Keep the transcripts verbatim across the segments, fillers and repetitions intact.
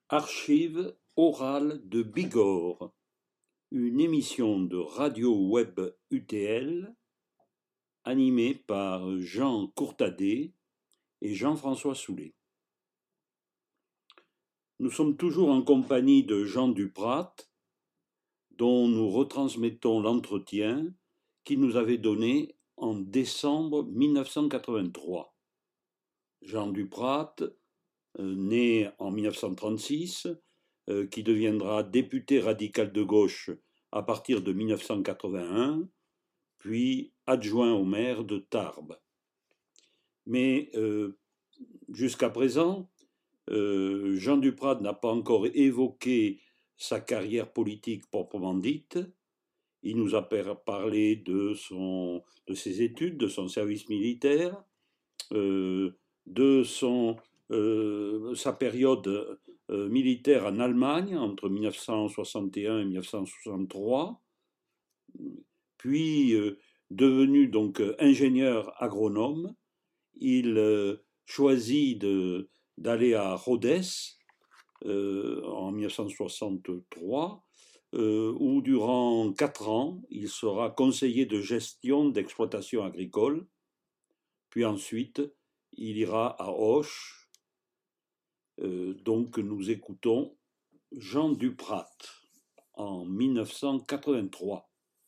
Archives orales de Bigorre, une émission de Radio Web U T L animée par Jean Courtadet et Jean-François Soulet. Nous sommes toujours en compagnie de Jean Duprat, dont nous retransmettons l'entretien qu'il nous avait donné en décembre mille neuf cent quatre-vingt-trois. Jean Duprat, euh, né en mille neuf cent trente-six, euh, qui deviendra député radical de gauche à partir de mille neuf cent quatre-vingt-un, puis adjoint au maire de Tarbes. Mais euh, jusqu'à présent, euh, Jean Duprat n'a pas encore évoqué sa carrière politique proprement dite. Il nous a parlé de, son, de ses études, de son service militaire, euh, de son, euh, sa période euh, militaire en Allemagne entre mille neuf cent soixante et un et mille neuf cent soixante-trois, puis euh, devenu donc ingénieur agronome, il euh, choisit de, d'aller à Rhodes euh, en mille neuf cent soixante-trois, euh, où durant quatre ans, il sera conseiller de gestion d'exploitation agricole, puis ensuite, il ira à Auch. Euh, donc, nous écoutons Jean Duprat en mille neuf cent quatre-vingt-trois.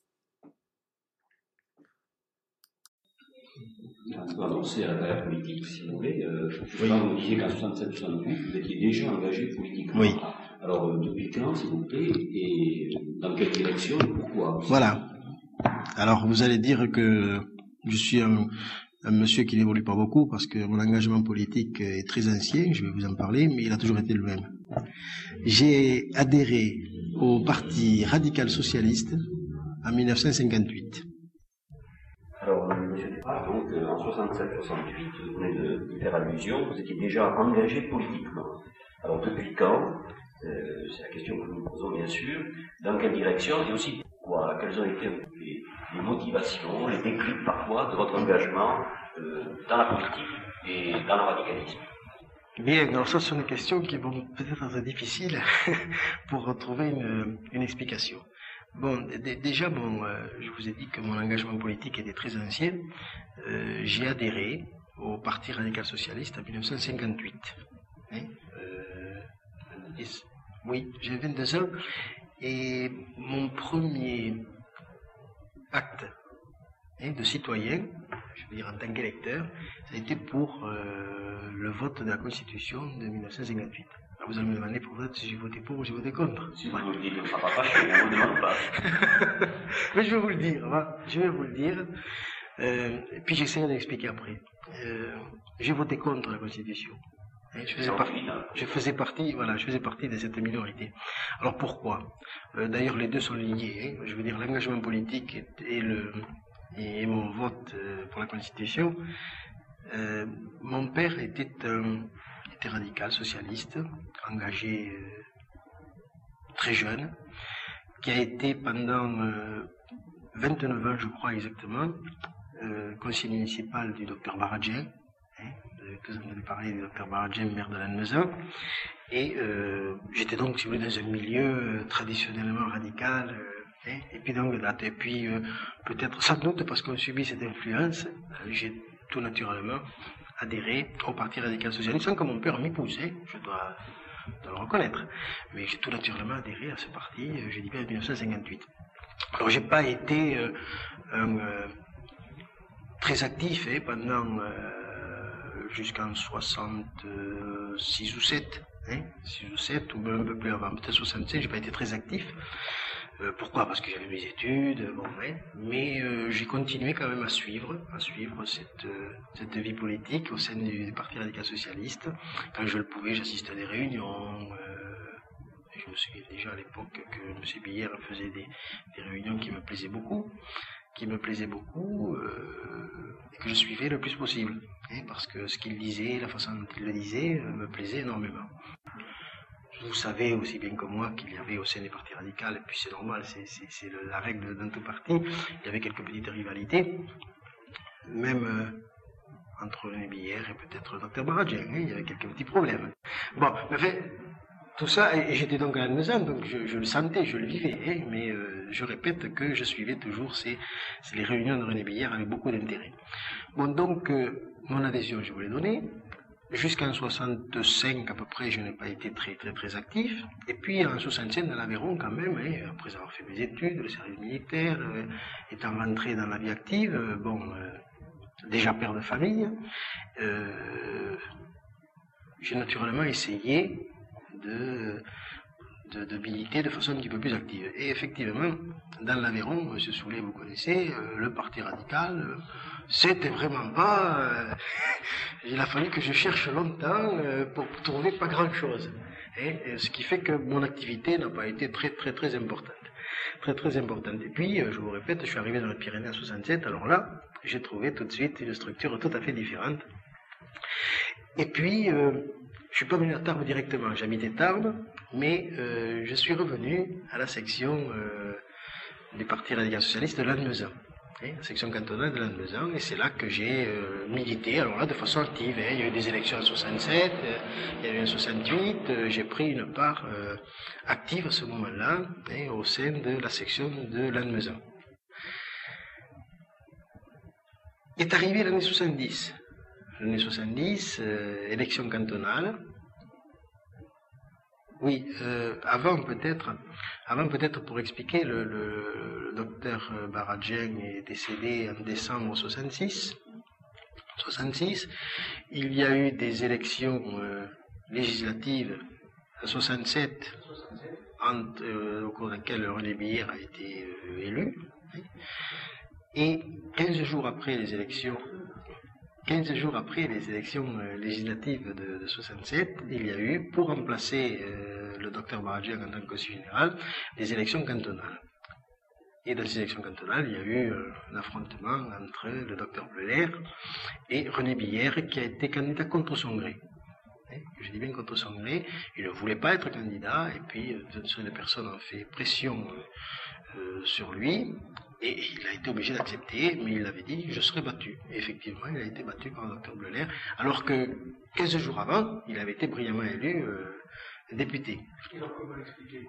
On peut annoncer à la carrière politique, si vous voulez. Euh, oui. Vous disiez qu'en soixante-sept soixante-huit, vous étiez déjà engagé politiquement. Oui. Alors, euh, depuis quand, s'il vous plaît, et dans quelle direction et pourquoi? Voilà. Alors, vous allez dire que je suis un, un monsieur qui n'évolue pas beaucoup, parce que mon engagement politique est très ancien, je vais vous en parler, mais il a toujours été le même. J'ai adhéré au Parti radical socialiste en mille neuf cent cinquante-huit. Alors, euh, M. Duprat, donc, euh, en soixante-sept soixante-huit, vous venez de, de faire allusion, vous étiez déjà engagé politiquement. Alors, depuis quand, euh, c'est la question que nous nous posons bien sûr, dans quelle direction, et aussi pourquoi, quelles ont été les, les motivations, les déclics parfois de votre engagement euh, dans la politique et dans le radicalisme? Bien, alors ça, ce sont des questions qui vont peut-être être difficiles pour retrouver une, une explication. Bon, d- déjà, bon, euh, je vous ai dit que mon engagement politique était très ancien. Euh, j'ai adhéré au Parti radical socialiste en mille neuf cent cinquante-huit. Hein, euh, oui, j'ai vingt-deux ans. Et mon premier acte hein, de citoyen, je veux dire en tant qu'électeur, ça a été pour euh, le vote de la Constitution de mille neuf cent cinquante-huit. Vous allez me demander pour vous si j'ai voté pour ou j'ai voté contre. Si vous me dites, ne sera pas fâché, on ne vous demande pas. Mais je vais vous le dire, hein. je vais vous le dire. Euh, et puis j'essaierai d'expliquer après. Euh, j'ai voté contre la Constitution. Et je, faisais partie, je faisais partie, voilà, je faisais partie de cette minorité. Alors pourquoi? euh, D'ailleurs, les deux sont liés. Hein. Je veux dire, l'engagement politique et, le, et mon vote euh, pour la Constitution. Euh, mon père était un radical, socialiste, engagé euh, très jeune, qui a été pendant euh, vingt-neuf ans, je crois exactement, euh, conseiller municipal du docteur Baradjen, hein, que vous avez parlé du docteur Baradjen, maire de Lannemezan, et euh, j'étais donc, si vous voulez, dans un milieu euh, traditionnellement radical, euh, hein, et puis donc, et puis euh, peut-être, sans doute parce qu'on subit cette influence, j'ai tout naturellement adhéré au Parti radical socialiste, sans que mon père m'épousait, je dois, dois le reconnaître. Mais j'ai tout naturellement adhéré à ce parti, je dis bien en mille neuf cent cinquante-huit. Alors j'ai pas été euh, un, euh, très actif hein, pendant euh, jusqu'en soixante-six ou sept, hein, six ou sept, ou même un peu plus avant, peut-être soixante-cinq, j'ai pas été très actif. Euh, pourquoi? Parce que j'avais mes études, bon, ouais, mais euh, j'ai continué quand même à suivre, à suivre cette, euh, cette vie politique au sein du, du Parti radical socialiste. Quand je le pouvais, j'assistais à des réunions. Euh, je me souviens déjà à l'époque que M. Billère faisait des, des réunions qui me plaisaient beaucoup, qui me plaisaient beaucoup, euh, et que je suivais le plus possible, hein, parce que ce qu'il disait, la façon dont il le disait, euh, me plaisait énormément. Vous savez aussi bien que moi qu'il y avait au sein des partis radicaux, et puis c'est normal, c'est, c'est, c'est la règle dans tout parti, il y avait quelques petites rivalités, même euh, entre René Billère et peut-être le docteur Baradjen, hein, il y avait quelques petits problèmes. Bon, mais fait, tout ça, et j'étais donc à la maison, donc je, je le sentais, je le vivais, hein, mais euh, je répète que je suivais toujours ces, ces les réunions de René Billère avec beaucoup d'intérêt. Bon, donc, euh, mon adhésion, je vous l'ai donnée. Jusqu'en soixante-cinq, à peu près, je n'ai pas été très, très, très actif. Et puis, en soixante-cinq, dans l'Aveyron, quand même, hein, après avoir fait mes études, le service militaire, euh, étant rentré dans la vie active, euh, bon, euh, déjà père de famille, euh, j'ai naturellement essayé de, de, de militer de façon un petit peu plus active. Et effectivement, dans l'Aveyron, M. Soulet, vous connaissez, euh, le Parti radical, euh, c'était vraiment pas... Euh, il a fallu que je cherche longtemps euh, pour trouver pas grand-chose. Et, ce qui fait que mon activité n'a pas été très très très importante. Très très importante. Et puis, euh, je vous répète, je suis arrivé dans les Pyrénées en soixante-sept, alors là, j'ai trouvé tout de suite une structure tout à fait différente. Et puis, euh, je suis pas venu à Tarbes directement, j'habitais Tarbes, mais euh, je suis revenu à la section euh, du Parti radical socialiste de Lannemezan, hein, la section cantonale de Lannemezan, et c'est là que j'ai euh, milité, alors là de façon active, hein. Il y a eu des élections en soixante-sept, euh, il y a eu en soixante-huit, euh, j'ai pris une part euh, active à ce moment-là, hein, au sein de la section de Lannemezan. Est arrivée l'année soixante-dix. L'année soixante-dix, euh, élection cantonale. Oui, euh, avant peut-être, avant peut-être pour expliquer, le, le, le docteur Baradjeng est décédé en décembre soixante-six. soixante-six, il y a eu des élections euh, législatives en soixante-sept, entre, euh, au cours desquelles René Billère a été euh, élu. Et quinze jours après les élections, quinze jours après les élections euh, législatives de, de soixante-sept, il y a eu, pour remplacer euh, le docteur Baradjeng en tant que conseiller général, des élections cantonales. Et dans ces élections cantonales, il y a eu euh, un affrontement entre le docteur Bleuler et René Billère, qui a été candidat contre son gré. Je dis bien contre son gré, il ne voulait pas être candidat, et puis euh, une série de personnes ont fait pression euh, sur lui, et il a été obligé d'accepter, mais il avait dit, je serai battu. Et effectivement, il a été battu par le docteur Bleuler, alors que quinze jours avant, il avait été brillamment élu euh, député. Alors comment l'expliquer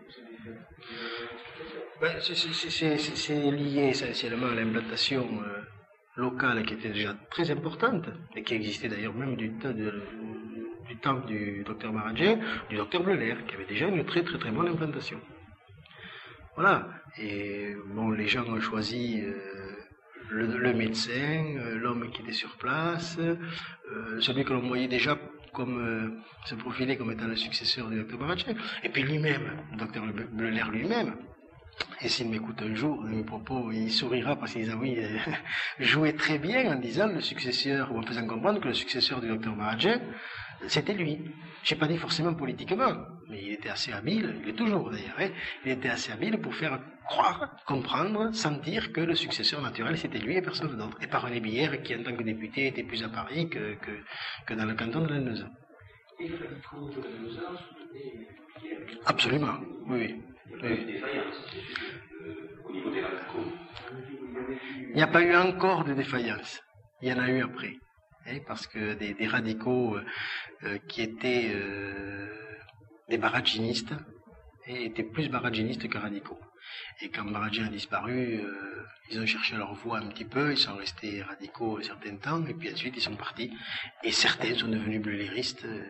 ben, c'est lié essentiellement à l'implantation euh, locale qui était déjà très importante, et qui existait d'ailleurs même du temps, de, du temps du docteur Baradjeng, du docteur Bleuler, qui avait déjà une très très très bonne implantation. Voilà, et bon, les gens ont choisi euh, le, le médecin, euh, l'homme qui était sur place, euh, celui que l'on voyait déjà comme euh, se profiler comme étant le successeur du docteur Baradjeng, et puis lui-même, le docteur Bleuler lui-même. Et s'il m'écoute un jour de mes propos, il sourira parce qu'il a oui, euh, joué très bien en disant le successeur, ou en faisant comprendre que le successeur du docteur Baradjeng, c'était lui. Je n'ai pas dit forcément politiquement, mais il était assez habile, il est toujours d'ailleurs, hein, il était assez habile pour faire croire, comprendre, sentir que le successeur naturel c'était lui et personne d'autre. Et par René Billère qui en tant que député était plus à Paris que, que, que dans le canton de Lannemezan. Et le radicaux de Lannemezan soutenaient Billère. Absolument, oui. Il y a eu des défaillances au niveau des radicaux. Il n'y a pas eu encore de défaillance, il y en a eu après. Hein, parce que des, des radicaux euh, qui étaient euh, des baradjinistes hein, étaient plus baradjinistes que radicaux. Et quand Baradjeng a disparu, euh, ils ont cherché leur voie un petit peu, ils sont restés radicaux un certain temps, et puis ensuite ils sont partis. Et certains sont devenus bleuléristes euh,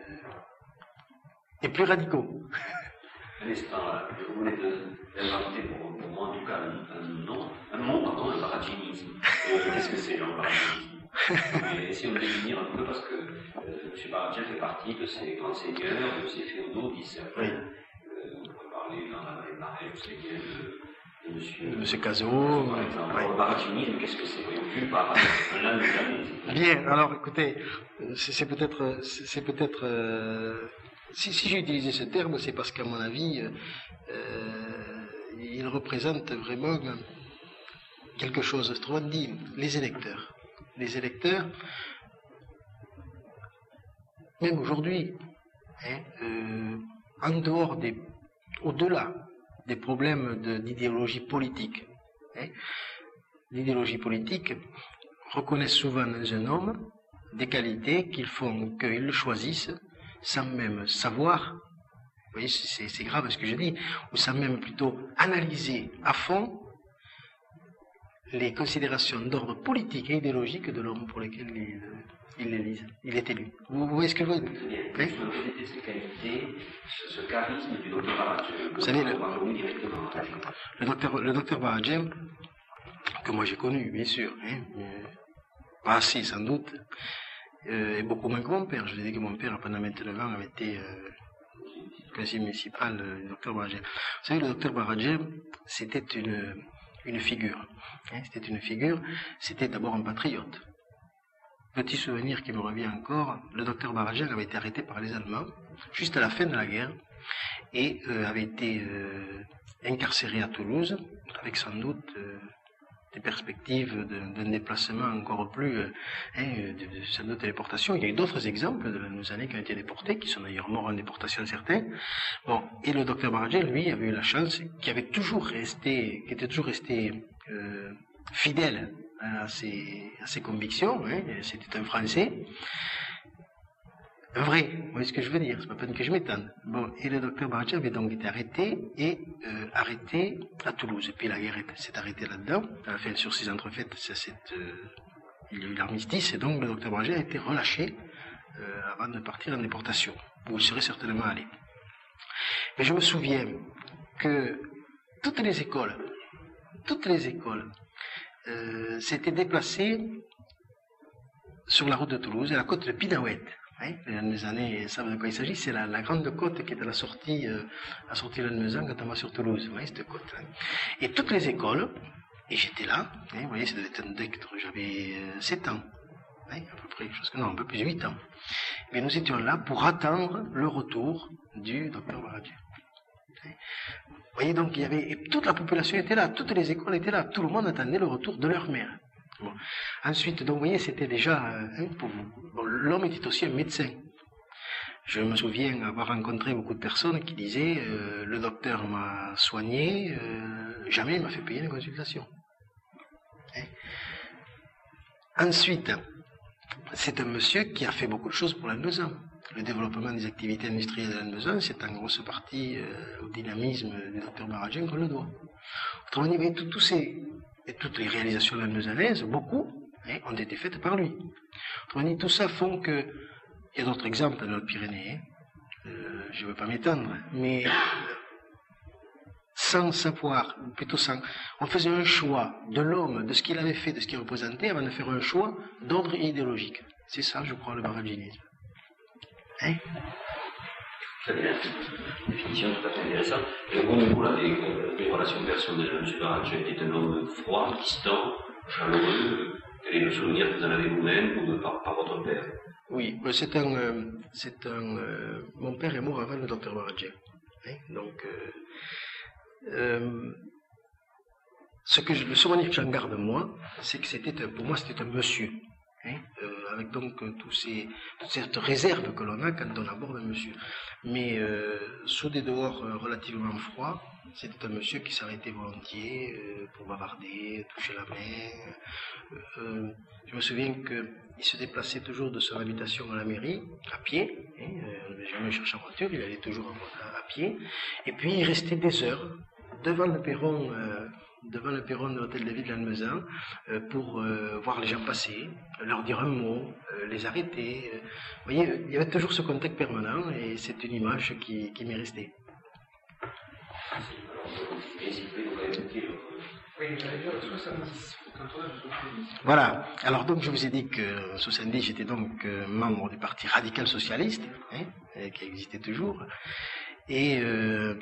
et plus radicaux. Un instant, là, vous venez d'inventer pour, pour moi en tout cas un, un nom, un mot, pardon, le baradjinisme. Qu'est-ce que c'est le baradjinisme? Mais essayons de définir un peu parce que euh, M. Baradjeng fait partie de ces grands seigneurs, de ces féodaux qui certains, oui. euh, on peut parler dans la marée, je sais bien, de, de M. Monsieur Cazot. Par exemple. Oui. Le baradjinisme, qu'est-ce que c'est? Plus par l'un de jamais. Bien, alors écoutez, c'est peut-être. C'est peut-être euh, si si j'ai utilisé ce terme, c'est parce qu'à mon avis, euh, il représente vraiment quelque chose. Autrement dit, les électeurs. Les électeurs, même aujourd'hui, hein, euh, en dehors des, au-delà des problèmes d'idéologie politique, hein, l'idéologie politique reconnaît souvent dans un homme des qualités qu'ils font qu'ils le choisissent sans même savoir voyez, c'est grave ce que je dis, ou sans même plutôt analyser à fond les considérations d'ordre politique et idéologique de l'homme pour lequel il, il l'élise, il est élu. Vous voyez ce que je veux dire? Oui. Ces qualités, ce charisme du docteur Baradjem. Vous savez, le, le docteur, le docteur Baradjem, que moi j'ai connu, bien sûr, hein, mais pas assez sans doute, euh, et beaucoup moins que mon père. Je vous ai dit que mon père, pendant vingt-neuf ans, avait été euh, conseiller municipal euh, du docteur Baradjem. Vous savez, le docteur Baradjem, c'était une, une figure. Hein, c'était une figure, c'était d'abord un patriote. Petit souvenir qui me revient encore, le docteur Baradjem avait été arrêté par les Allemands, juste à la fin de la guerre, et euh, avait été euh, incarcéré à Toulouse, avec sans doute euh, des perspectives d'un déplacement encore plus, euh, hein, de, de, sans doute de déportation. Il y a eu d'autres exemples de nos années qui ont été déportés, qui sont d'ailleurs morts en déportation certains. Bon, et le docteur Baradjem, lui, avait eu la chance, qui avait toujours resté, qui était toujours resté euh, fidèle à ses, à ses convictions, hein, c'était un Français, vrai, vous voyez ce que je veux dire, c'est pas peine que je m'étende. Bon, et le docteur Baradjem avait donc été arrêté, et euh, arrêté à Toulouse, et puis la guerre s'est arrêtée là-dedans, enfin le sursis entrefaites, euh, il y a eu l'armistice, et donc le docteur Baradjem a été relâché euh, avant de partir en déportation, où il serait certainement allé. Mais je me souviens que toutes les écoles, toutes les écoles, Euh, s'était déplacé sur la route de Toulouse, à la côte de Pinahouette. Hein, les années savent de quoi il s'agit, c'est la, la grande côte qui est à la sortie, euh, à la sortie de Lannemezan quand on va sur Toulouse. Vous voyez cette côte. Hein. Et toutes les écoles, et j'étais là, hein, vous voyez, ça devait être un dectre, j'avais euh, sept ans, hein, à peu près, chose que non, un peu plus de huit ans. Mais nous étions là pour attendre le retour du docteur Baradjem. Vous voyez, donc, il y avait, et toute la population était là, toutes les écoles étaient là, tout le monde attendait le retour de leur mère. Bon. Ensuite, donc, vous voyez, c'était déjà, hein, pour vous. Bon, l'homme était aussi un médecin. Je me souviens avoir rencontré beaucoup de personnes qui disaient, euh, le docteur m'a soigné, euh, jamais il m'a fait payer une consultation. Hein. Ensuite, c'est un monsieur qui a fait beaucoup de choses pour Lannemezan. Le développement des activités industrielles de Lannemezan, c'est en grosse partie euh, au dynamisme du docteur Baradjem qu'on le doit. Autrement dit, tout, tout ces, et toutes les réalisations lannemezanaises, beaucoup, hein, ont été faites par lui. Autrement dit, tout ça font que, il y a d'autres exemples dans les Pyrénées, euh, je ne veux pas m'étendre, mais sans savoir, plutôt sans, on faisait un choix de l'homme, de ce qu'il avait fait, de ce qu'il représentait, avant de faire un choix d'ordre idéologique. C'est ça, je crois, le baradjinisme. Hein? Très bien, définition tout à fait intéressante. Et au niveau là, des, des relations personnelles, M. Baradjem était un homme froid, distant, chaleureux. Quel est le souvenir que vous en avez vous-même ou de, par, par votre père? Oui, c'est un, euh, c'est un, euh, mon père est mort avant le docteur Baradjem. Hein? Donc, euh, euh, ce que je, le souvenir que j'en garde moi, c'est que c'était, pour moi, c'était un monsieur. Hein, euh, avec donc euh, tous ces, toute cette réserve que l'on a quand on aborde un monsieur. Mais euh, sous des dehors euh, relativement froids, c'était un monsieur qui s'arrêtait volontiers euh, pour bavarder, toucher la main. Euh, euh, je me souviens qu'il se déplaçait toujours de son habitation à la mairie, à pied. Hein, euh, on n'avait jamais cherché en voiture, il allait toujours à, à pied. Et puis il restait des heures devant le perron euh, devant le perron de l'hôtel de ville de Lannemezan euh, pour euh, voir les gens passer, leur dire un mot, euh, les arrêter. Euh. Vous voyez, il y avait toujours ce contact permanent et c'est une image qui, qui m'est restée. Voilà. Alors donc je vous ai dit que en soixante-dix j'étais donc euh, membre du Parti radical socialiste, hein, qui existait toujours. Et euh,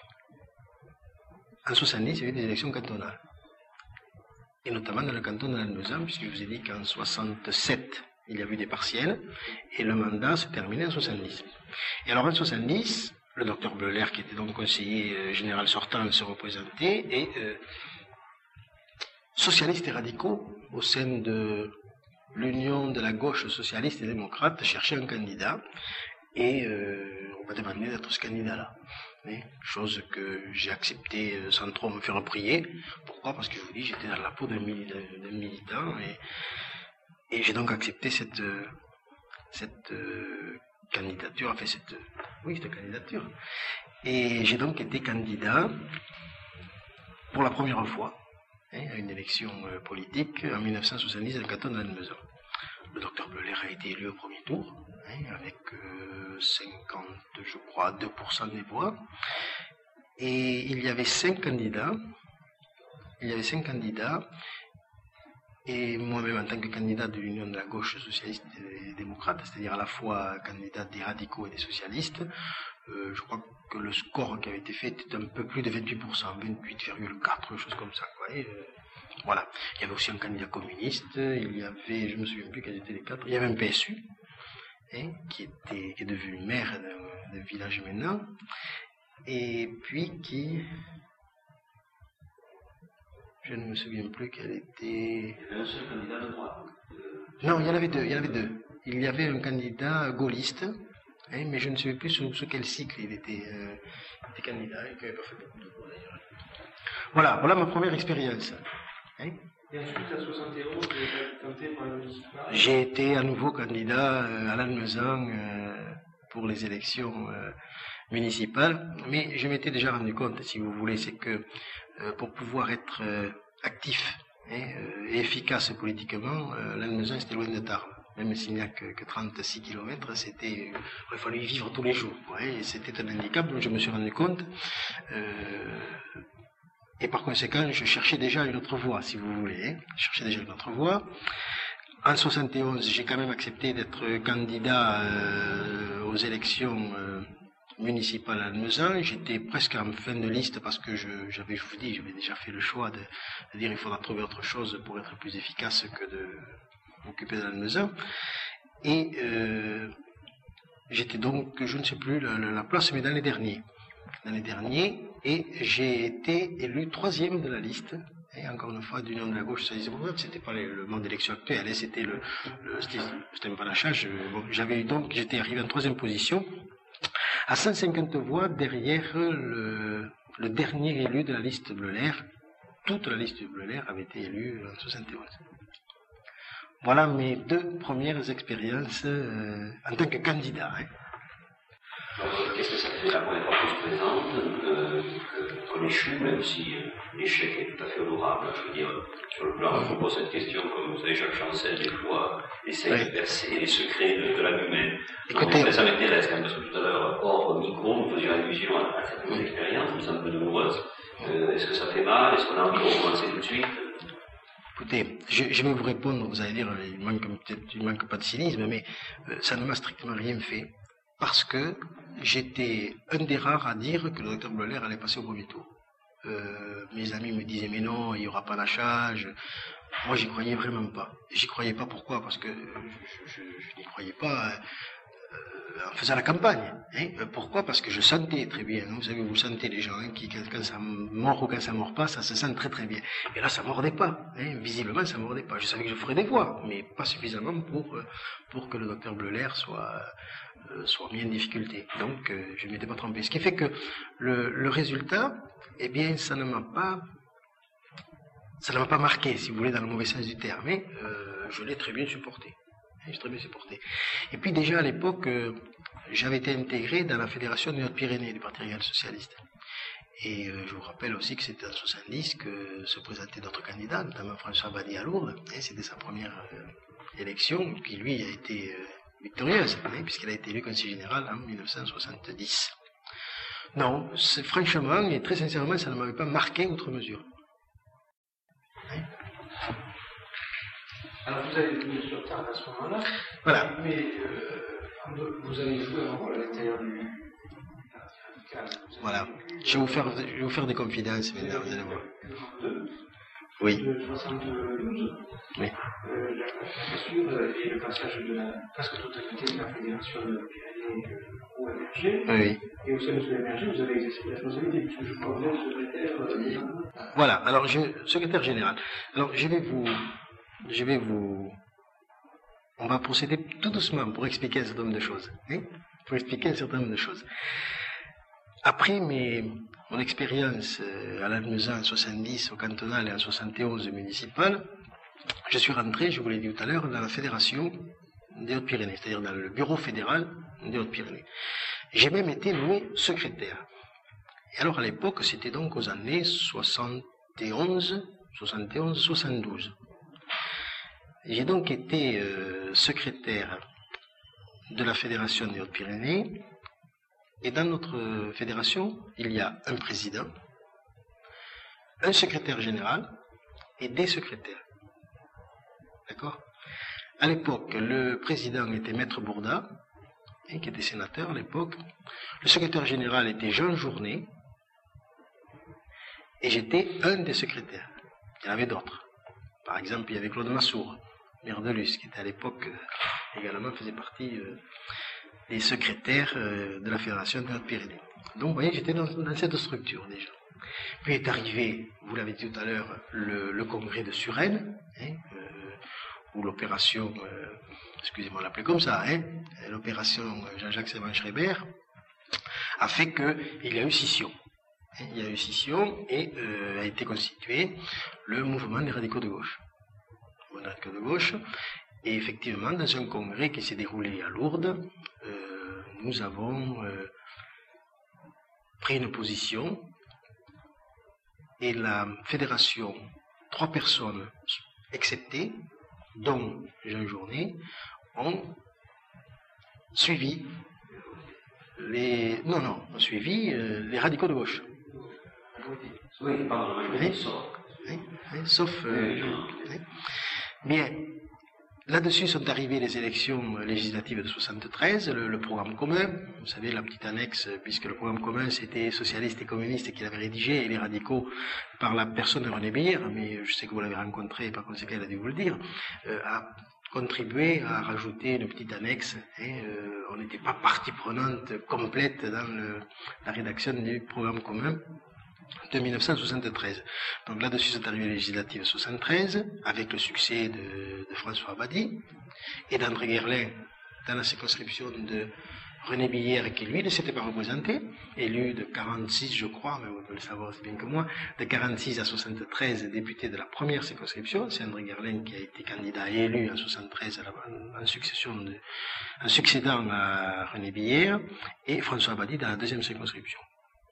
en soixante-dix, il y a eu des élections cantonales. Et notamment dans le canton de Lannemezan, puisque je vous ai dit qu'en soixante-sept, il y a eu des partiels, et le mandat se terminait en soixante-dix. Et alors en soixante-dix, le docteur Bleuler, qui était donc conseiller euh, général sortant, se représentait, et euh, socialistes et radicaux, au sein de l'Union de la gauche socialiste et démocrate, cherchaient un candidat, et euh, on m'a demandé d'être ce candidat-là. Hein, chose que j'ai accepté sans trop me faire prier. Pourquoi? Parce que je vous dis, j'étais dans la peau d'un militant et, et j'ai donc accepté cette, cette euh, candidature, enfin cette, oui, cette candidature. Et j'ai donc été candidat pour la première fois hein, à une élection euh, politique en mille neuf cent soixante-dix dans le canton de Lannemezan. Le docteur Bleuler a été élu au premier tour, hein, avec euh, cinquante, je crois, deux pour cent des voix. Et il y avait cinq candidats. Il y avait cinq candidats. Et moi-même, en tant que candidat de l'Union de la gauche socialiste et démocrate, c'est-à-dire à la fois candidat des radicaux et des socialistes, euh, je crois que le score qui avait été fait était un peu plus de vingt-huit pour cent, vingt-huit virgule quatre, quelque chose comme ça. Quoi. Et, euh, voilà. Il y avait aussi un candidat communiste, il y avait, je ne me souviens plus quels étaient les quatre, il y avait un P S U, hein, qui, était, qui est devenu maire d'un, d'un village maintenant, et puis qui... Je ne me souviens plus quel était... Il y avait un seul candidat de droite. Non, il y en avait deux, il y en avait deux. Il y avait un candidat gaulliste, hein, mais je ne sais plus sous, sous quel cycle il était, euh, il était candidat, et qui n'avait pas fait beaucoup de voix d'ailleurs. Voilà, voilà ma première expérience. Hein. Et ensuite, à soixante et onze, vous avez tenté pour la municipale. J'ai été à nouveau candidat euh, à Lannemezan euh, pour les élections euh, municipales, mais je m'étais déjà rendu compte, si vous voulez, c'est que euh, pour pouvoir être euh, actif hein, euh, et efficace politiquement, euh, Lannemezan c'était loin de Tarbes. Même s'il n'y a que, que trente-six kilomètres, c'était, il fallait y vivre tous les jours. Ouais, et c'était un handicap, je me suis rendu compte. Euh, et par conséquent, je cherchais déjà une autre voie, si vous voulez. Hein. Je cherchais déjà une autre voie. En soixante et onze, j'ai quand même accepté d'être candidat euh, aux élections euh, municipales à Lannemezan. J'étais presque en fin de liste parce que je, j'avais, je vous dis, j'avais déjà fait le choix de, de dire qu'il faudra trouver autre chose pour être plus efficace que de m'occuper de Lannemezan. Et euh, j'étais donc, je ne sais plus la, la place, mais dans les derniers. Dans les derniers, et j'ai été élu troisième de la liste. Et encore une fois, d'Union de la gauche socialiste démocrate, c'était pas le, le mode d'élection actuel, c'était le, le c'était, c'était un panachage. Bon, j'avais donc, j'étais arrivé en troisième position, à cent cinquante voix derrière le, le dernier élu de la liste Bleuler. Toute la liste Bleuler avait été élue en soixante et onze. Voilà mes deux premières expériences euh, en tant que candidat. Hein. Alors, qu'est-ce que ça fait la première fois qu'on se présente, euh, qu'on échoue, même si euh, l'échec est tout à fait honorable, je veux dire, sur le plan, je vous pose cette question, comme vous savez, Jacques Chancel, des fois, essaye oui. de percer les secrets de, de l'âme humaine. Écoutez, donc, ça m'intéresse, quand même, parce que tout à l'heure, hors micro, nous faisions allusion à, à cette nouvelle expérience, qui semble un peu douloureuse. Euh, est-ce que ça fait mal? Est-ce qu'on a envie de recommencer tout de suite? Écoutez, je, je vais vous répondre, vous allez dire, il manque peut-être, il manque pas de cynisme, mais euh, ça ne m'a strictement rien fait. Parce que j'étais un des rares à dire que le docteur Bleuler allait passer au premier tour. Euh, mes amis me disaient, mais non, il n'y aura pas lâchage. Moi, j'y croyais vraiment pas. J'y croyais pas pourquoi? Parce que je, je, je n'y croyais pas euh, en faisant la campagne. Hein. Pourquoi? Parce que je sentais très bien. Vous savez, vous sentez les gens, hein, qui, quand, quand ça mord ou quand ça mord pas, ça se sent très très bien. Et là, ça mordait pas. Hein. Visiblement, ça mordait pas. Je savais que je ferais des voix, mais pas suffisamment pour, pour que le docteur Bleuler soit... Euh, soit mis en difficulté. Donc, euh, je ne m'étais pas trompé. Ce qui fait que le, le résultat, eh bien, ça ne m'a pas, ça ne m'a pas marqué, si vous voulez, dans le mauvais sens du terme. Mais euh, je l'ai très bien supporté. J'ai très bien supporté. Et puis déjà à l'époque, euh, j'avais été intégré dans la fédération des Hautes-Pyrénées du Parti réel socialiste. Et euh, je vous rappelle aussi que c'était en soixante-dix que se présentaient d'autres candidats, notamment François Badi à Lourdes. Et c'était sa première euh, élection, qui lui a été euh, victorieuse, hein, puisqu'elle a été élue conseiller général en mille neuf cent soixante-dix. Non, c'est, franchement et très sincèrement, ça ne m'avait pas marqué outre mesure. Hein? Alors vous avez venu sur Tarbes à ce moment-là, voilà. Mais euh, vous avez joué un rôle à l'intérieur du Parti radical. Voilà. Je vais vous faire, je vais vous faire des confidences maintenant, vous allez voir. Oui. De soixante-douze, oui. Euh, la, la question, vous avez fait le passage de la presque totalité de la fédération de Pyrénées au M R G. Oui. Et au sein de ce M R G, vous avez exercé la responsabilité, puisque je crois que vous êtes secrétaire euh, général. Voilà, alors je, secrétaire général. Alors je vais vous, je vais vous, on va procéder tout doucement pour expliquer un certain nombre de choses. Hein, pour expliquer un certain nombre de choses. Après mes, mon expérience à Lannemezan en soixante-dix, au cantonal et en soixante et onze municipal, je suis rentré, je vous l'ai dit tout à l'heure, dans la fédération des Hautes-Pyrénées, c'est-à-dire dans le bureau fédéral des Hautes-Pyrénées. J'ai même été nommé secrétaire. Et alors à l'époque, c'était donc aux années soixante et onze, soixante-douze. J'ai donc été euh, secrétaire de la Fédération des Hautes-Pyrénées. Et dans notre fédération, il y a un président, un secrétaire général et des secrétaires. D'accord? À l'époque, le président était Maître Bourda, hein, qui était sénateur à l'époque. Le secrétaire général était Jean Journet. Et j'étais un des secrétaires. Il y en avait d'autres. Par exemple, il y avait Claude Massour, maire de Luce, qui était à l'époque euh, également faisait partie euh, des secrétaires euh, de la Fédération des Hautes-Pyrénées. Donc, vous voyez, j'étais dans, dans cette structure déjà. Puis est arrivé, vous l'avez dit tout à l'heure, le, le congrès de Suresnes, hein, euh, où l'opération, euh, excusez-moi de l'appeler comme ça, hein, l'opération Jean-Jacques Séban-Schreiber, a fait qu'il y a eu scission. Il y a eu scission et euh, a été constitué le mouvement des radicaux de gauche. Le mouvement des radicaux de gauche. Et effectivement, dans un congrès qui s'est déroulé à Lourdes, euh, nous avons euh, pris une position et la fédération, trois personnes exceptées, dont Jean Journet, ont suivi les, non, non, ont suivi euh, les radicaux de gauche. Oui, pardon, oui, oui, oui, sauf... Euh, oui. Bien, là-dessus sont arrivées les élections législatives de soixante-treize, le, le programme commun, vous savez, la petite annexe, puisque le programme commun c'était socialiste et communiste qui l'avait rédigé, et les radicaux, par la personne de René Bière, mais je sais que vous l'avez rencontré, et par conséquent elle a dû vous le dire, euh, a contribué à rajouter une petite annexe, et euh, on n'était pas partie prenante complète dans le, la rédaction du programme commun de mille neuf cent soixante-treize. Donc là-dessus sont arrivées les législatives soixante-treize, avec le succès de, de François Abadie, et d'André Guerlain dans la circonscription de René Billère, qui lui ne s'était pas représenté, élu de quarante-six, je crois, mais vous pouvez le savoir aussi bien que moi, de quarante-six à soixante-treize, député de la première circonscription. C'est André Guerlain qui a été candidat et élu en soixante-treize en, succession de, en succédant à René Billère, et François Abadie dans la deuxième circonscription.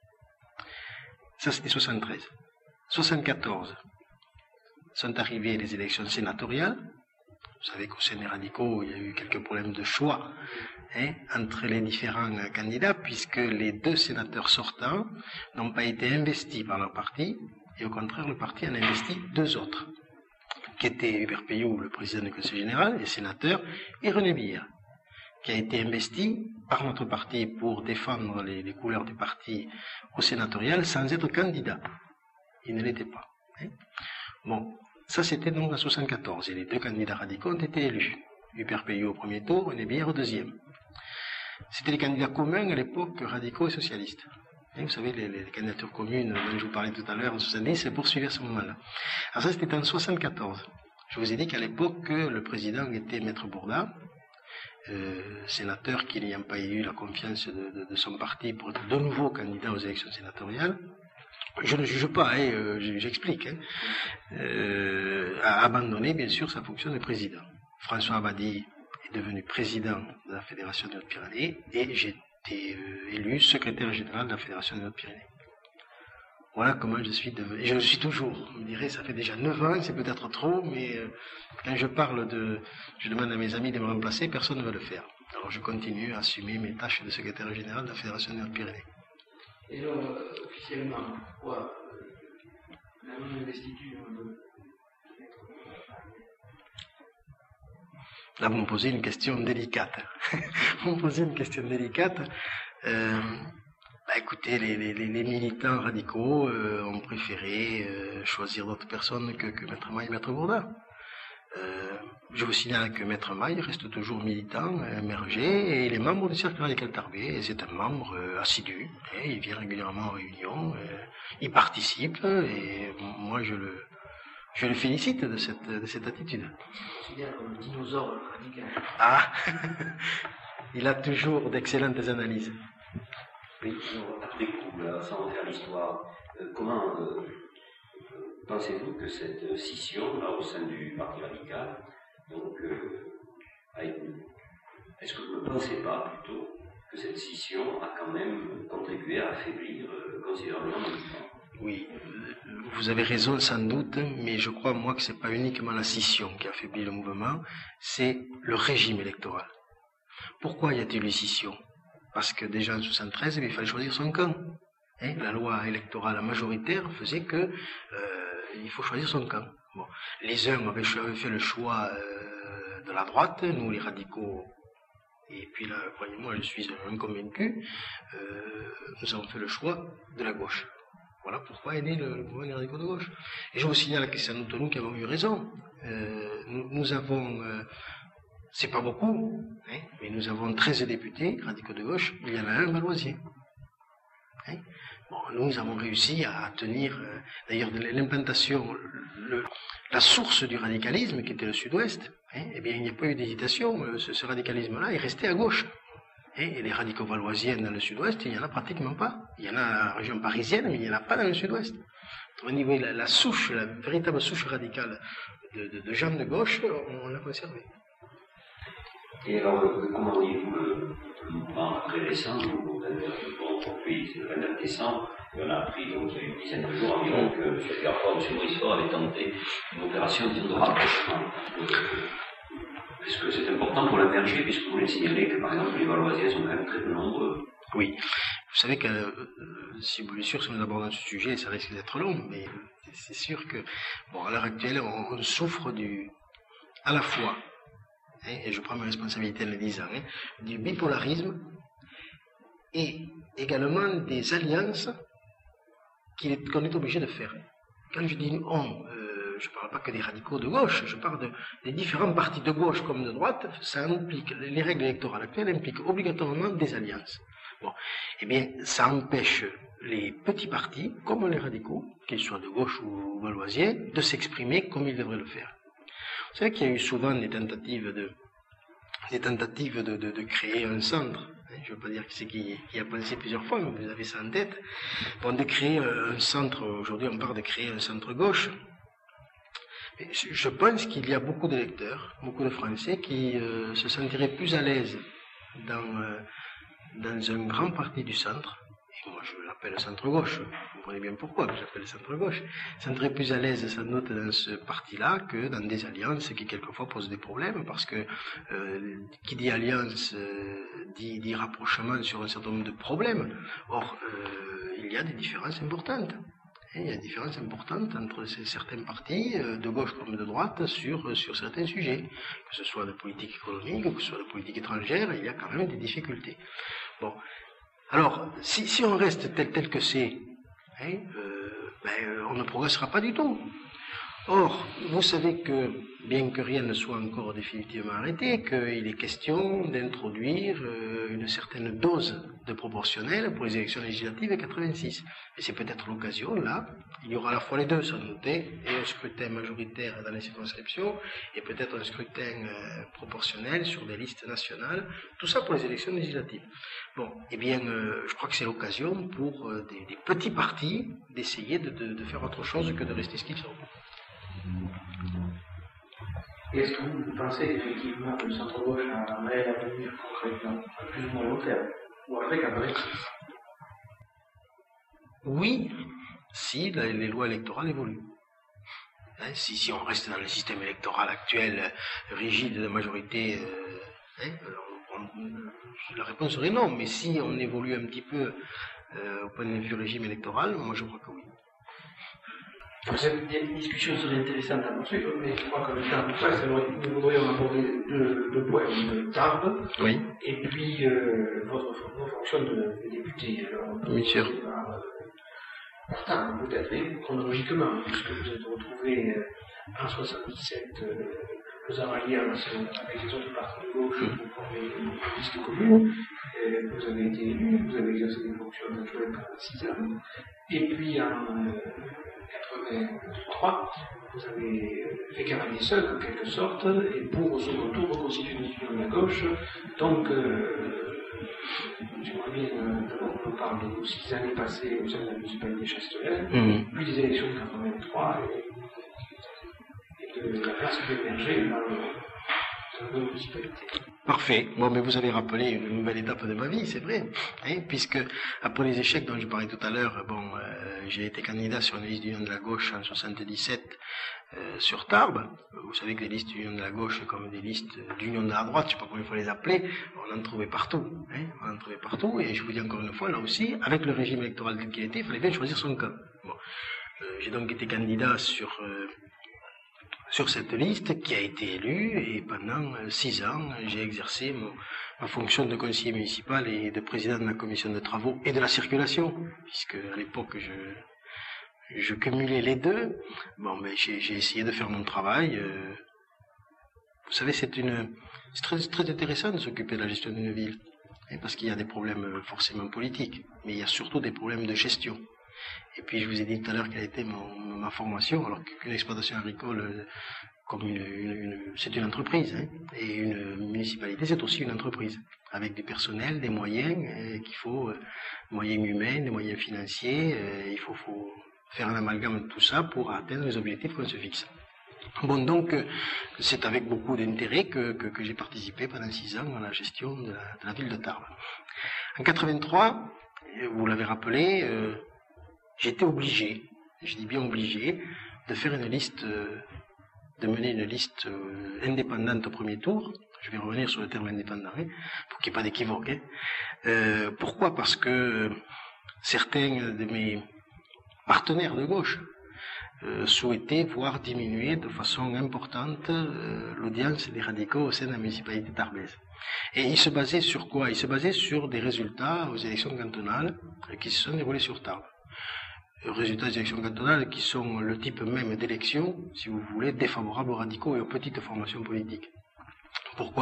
Ça, c'était soixante-treize. soixante-quatorze, sont arrivées les élections sénatoriales. Vous savez qu'au sein des radicaux, il y a eu quelques problèmes de choix hein, entre les différents candidats, puisque les deux sénateurs sortants n'ont pas été investis par leur parti, et au contraire, le parti en a investi deux autres, qui étaient Hubert Peillou, le président du Conseil général, et sénateur, et René Billère, qui a été investi par notre parti pour défendre les, les couleurs du parti au sénatorial sans être candidat. Il ne l'était pas. Hein. Bon, ça c'était donc en soixante-quatorze, et les deux candidats radicaux ont été élus. Hubert Peillou au premier tour, René Billère au deuxième. C'était les candidats communs à l'époque, radicaux et socialistes. Et vous savez, les, les candidatures communes dont je vous parlais tout à l'heure en soixante-dix, se poursuivaient à ce moment-là. Alors ça c'était en soixante-quatorze. Je vous ai dit qu'à l'époque, le président était Maître Bourda, Euh, sénateur qui n'ayant pas eu la confiance de, de, de son parti pour être de nouveau candidat aux élections sénatoriales, je ne juge pas, hein, euh, j'explique, hein, euh, a abandonné bien sûr sa fonction de président. François Abadie est devenu président de la Fédération des Hautes-Pyrénées et j'ai été euh, élu secrétaire général de la Fédération des Hautes-Pyrénées. Voilà comment je suis devenu, et je le suis toujours. On me dirait, ça fait déjà neuf ans, c'est peut-être trop, mais euh, quand je parle de, je demande à mes amis de me remplacer, personne ne veut le faire. Alors je continue à assumer mes tâches de secrétaire général de la Fédération des Hautes-Pyrénées. Et alors, euh, officiellement, pourquoi euh, la non-investiture de... Là, vous me posez une question délicate. Vous me posez une question délicate. Euh, Bah, écoutez, les, les, les militants radicaux euh, ont préféré euh, choisir d'autres personnes que, que Maître Maille et Maître Bourda. Euh, je vous signale que Maître Maille reste toujours militant, émergé, et il est membre du Cercle Radical Tarbé, et c'est un membre euh, assidu, et il vient régulièrement en réunion, euh, il participe, et moi je le, je le félicite de cette, de cette attitude. Je considère comme un dinosaure radical. Ah il a toujours d'excellentes analyses. Oui, après coup, là, sans refaire l'histoire, euh, comment euh, pensez-vous que cette scission, là, au sein du Parti radical, donc, euh, a été... Est-ce que vous ne pensez pas, plutôt, que cette scission a quand même contribué à affaiblir euh, considérablement le mouvement. Oui, vous avez raison sans doute, mais je crois moi que ce n'est pas uniquement la scission qui affaiblit le mouvement, c'est le régime électoral. Pourquoi y a-t-il eu scission? Parce que déjà en soixante-treize, il fallait choisir son camp. Hein, la loi électorale majoritaire faisait que euh, il faut choisir son camp. Bon. Les uns avaient, avaient fait le choix euh, de la droite, nous les radicaux, et puis là, croyez-moi, je suis un convaincu, euh, nous avons fait le choix de la gauche. Voilà pourquoi est né le, le mouvement des radicaux de gauche. Et je vous signale que c'est nous, nous qui avons eu raison. Euh, nous, nous avons, euh, c'est pas beaucoup, hein, mais nous avons treize députés radicaux de gauche, il y en a un valoisien. Hein. Bon, nous avons réussi à tenir, euh, d'ailleurs, l'implantation, le, la source du radicalisme, qui était le sud-ouest, hein, eh bien, il n'y a pas eu d'hésitation, ce, ce radicalisme-là est resté à gauche. Et les radicaux valoisiens dans le sud-ouest, il n'y en a pratiquement pas. Il y en a dans la région parisienne, mais il n'y en a pas dans le sud-ouest. Au niveau de la, la souche, la véritable souche radicale de, de, de gens de gauche, on, on l'a conservée. Et alors, comment voyez-vous le, le mouvement adolescent au pays, c'est le vingt-neuf décembre, et on a appris donc, il y a une dizaine de jours environ que M. Garfort, M. Morisot avait tenté une opération de rapprochement. Est-ce que c'est important pour la Berger, puisque vous voulez signaler que, par exemple, les Valoisiens sont quand même très peu nombreux? Oui. Vous savez que, euh, si vous voulez sûr, si nous abordons ce sujet, ça risque d'être long, mais c'est sûr que, bon, à l'heure actuelle, on, on souffre du, à la fois, hein, et je prends mes responsabilités en le disant, hein, du bipolarisme et également des alliances qu'il est, qu'on est obligé de faire. Quand je dis on, euh, je ne parle pas que des radicaux de gauche, je parle de, des différents partis de gauche comme de droite, ça implique, les règles électorales actuelles impliquent obligatoirement des alliances. Bon, eh bien, ça empêche les petits partis, comme les radicaux, qu'ils soient de gauche ou valoisiens, de s'exprimer comme ils devraient le faire. Vous savez qu'il y a eu souvent des tentatives de, des tentatives de, de, de créer un centre. Je ne veux pas dire que c'est qui, qui a pensé plusieurs fois, mais vous avez ça en tête. Bon, de créer un centre, aujourd'hui on parle de créer un centre gauche. Je pense qu'il y a beaucoup d'électeurs, beaucoup de Français qui euh, se sentiraient plus à l'aise dans, euh, dans un grand parti du centre. Et moi je l'appelle centre-gauche, vous comprenez bien pourquoi je l'appelle centre-gauche. Se sentiraient plus à l'aise sans doute dans ce parti-là que dans des alliances qui quelquefois posent des problèmes, parce que euh, qui dit alliance euh, dit, dit rapprochement sur un certain nombre de problèmes. Or, euh, il y a des différences importantes. Il y a des différences importantes entre ces, certains partis, de gauche comme de droite, sur, sur certains sujets. Que ce soit de politique économique, que ce soit de politique étrangère, il y a quand même des difficultés. Bon. Alors, si, si on reste tel, tel que c'est, hein, euh, ben, on ne progressera pas du tout. Or, vous savez que, bien que rien ne soit encore définitivement arrêté, qu'il est question d'introduire euh, une certaine dose de proportionnel pour les élections législatives de quatre-vingt-six. Et c'est peut-être l'occasion, là, il y aura à la fois les deux, sans douter, et un scrutin majoritaire dans les circonscriptions, et peut-être un scrutin euh, proportionnel sur des listes nationales, tout ça pour les élections législatives. Bon, eh bien, euh, je crois que c'est l'occasion pour euh, des, des petits partis d'essayer de, de, de faire autre chose que de rester ce qu'ils sont. Et est-ce que vous pensez qu'effectivement le centre-gauche a un réel avenir concrètement, à plus ou moins long terme, ou après qu'à Brexit? Oui, si la, les lois électorales évoluent. Hein, si, si on reste dans le système électoral actuel, euh, rigide de majorité, euh, hein, on, on, la réponse serait non, mais si on évolue un petit peu euh, au point de vue régime électoral, moi je crois que oui. Cette discussion serait intéressante à poursuivre, mais je crois que le temps nous passe, alors nous voudrions aborder deux, deux points de Tarbes, oui. Et puis euh, votre, votre fonction de, de député. Alors, bien sûr. Par Tarbes, peut-être, mais chronologiquement, puisque vous êtes retrouvé euh, en soixante-dix-sept, euh, vous en alliance avec les autres partis de gauche pour former une liste commune, euh, vous avez été élu, vous avez exercé des fonctions d'adjoint pendant six ans, et puis en euh, quatre-vingt-trois, vous avez fait cavalier seul en quelque sorte, et pour au second tour reconstituer une union de la gauche. Donc, euh, j'aimerais bien d'abord qu'on parle de vos six années passées au sein de la municipalité de Chastelet, mmh. puis des élections de quatre-vingt-trois et, et de la place que Berger dans, dans nos municipalités. Parfait. Bon, mais vous avez rappelé une nouvelle étape de ma vie, c'est vrai. Hein, puisque, après les échecs dont je parlais tout à l'heure, bon, euh, j'ai été candidat sur une liste d'Union de la gauche en soixante-dix-sept euh, sur Tarbes. Vous savez que les listes d'Union de la gauche, comme des listes d'Union de la droite, je ne sais pas comment il faut les appeler, on en trouvait partout. Hein, on en trouvait partout. Et je vous dis encore une fois, là aussi, avec le régime électoral tel qu'il était, il fallait bien choisir son camp. Bon. Euh, j'ai donc été candidat sur... Euh, sur cette liste qui a été élue et pendant euh, six ans j'ai exercé mon, ma fonction de conseiller municipal et de président de la commission de travaux et de la circulation, puisque à l'époque je, je cumulais les deux. Bon, mais j'ai, j'ai essayé de faire mon travail. Euh, vous savez, c'est une c'est très, très intéressant de s'occuper de la gestion d'une ville, hein, parce qu'il y a des problèmes forcément politiques, mais il y a surtout des problèmes de gestion. Et puis je vous ai dit tout à l'heure quelle a été mon, ma formation, alors qu'une exploitation agricole, comme une, une, une, c'est une entreprise, hein, et une municipalité c'est aussi une entreprise, avec du personnel, des moyens, euh, qu'il faut, euh, moyens humains, des moyens financiers, euh, il faut, faut faire un amalgame de tout ça pour atteindre les objectifs qu'on se fixe. Bon, donc euh, c'est avec beaucoup d'intérêt que, que, que j'ai participé pendant six ans à la gestion de la, de la ville de Tarbes. En quatre-vingt-trois, vous l'avez rappelé, euh, j'étais obligé, je dis bien obligé, de faire une liste, de mener une liste indépendante au premier tour. Je vais revenir sur le terme indépendant, hein, pour qu'il n'y ait pas d'équivoque. Hein. Euh, pourquoi ? Parce que certains de mes partenaires de gauche euh, souhaitaient voir diminuer de façon importante euh, l'audience des radicaux au sein de la municipalité tarbaise. Et ils se basaient sur quoi ? Ils se basaient sur des résultats aux élections cantonales qui se sont déroulées sur Tarbes. Résultats des élections cantonales qui sont le type même d'élection, si vous voulez, défavorables aux radicaux et aux petites formations politiques. Pourquoi ?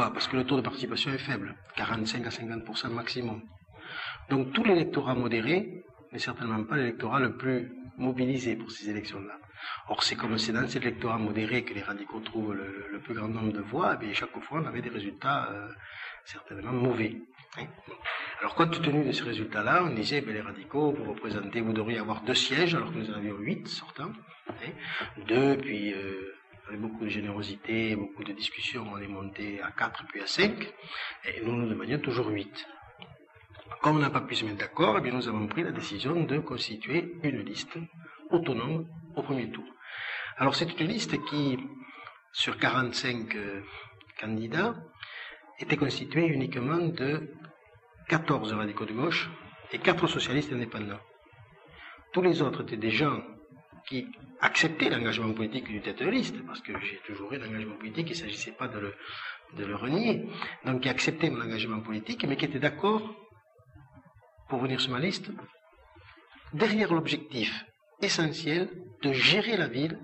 Parce que le taux de participation est faible, quarante-cinq à cinquante pour cent maximum. Donc tout l'électorat modéré n'est certainement pas l'électorat le plus mobilisé pour ces élections-là. Or, c'est comme c'est dans cet électorat modéré que les radicaux trouvent le, le plus grand nombre de voix, et bien chaque fois on avait des résultats euh, certainement mauvais. Hein, bon. Alors, compte tenu de ces résultats-là, on disait, ben, les radicaux, vous représentez, vous devriez avoir deux sièges, alors que nous en avions huit sortants. Hein, deux, puis euh, avec beaucoup de générosité, beaucoup de discussions, on est monté à quatre, puis à cinq, et nous nous demandions toujours huit. Comme on n'a pas pu se mettre d'accord, eh bien, nous avons pris la décision de constituer une liste autonome au premier tour. Alors, c'est une liste qui, sur quarante-cinq euh, candidats, était constituée uniquement de quatorze radicaux de gauche et quatre socialistes indépendants. Tous les autres étaient des gens qui acceptaient l'engagement politique du tête de liste, parce que j'ai toujours eu l'engagement politique, il ne s'agissait pas de le, de le renier, donc qui acceptaient mon engagement politique, mais qui étaient d'accord pour venir sur ma liste, derrière l'objectif essentiel de gérer la ville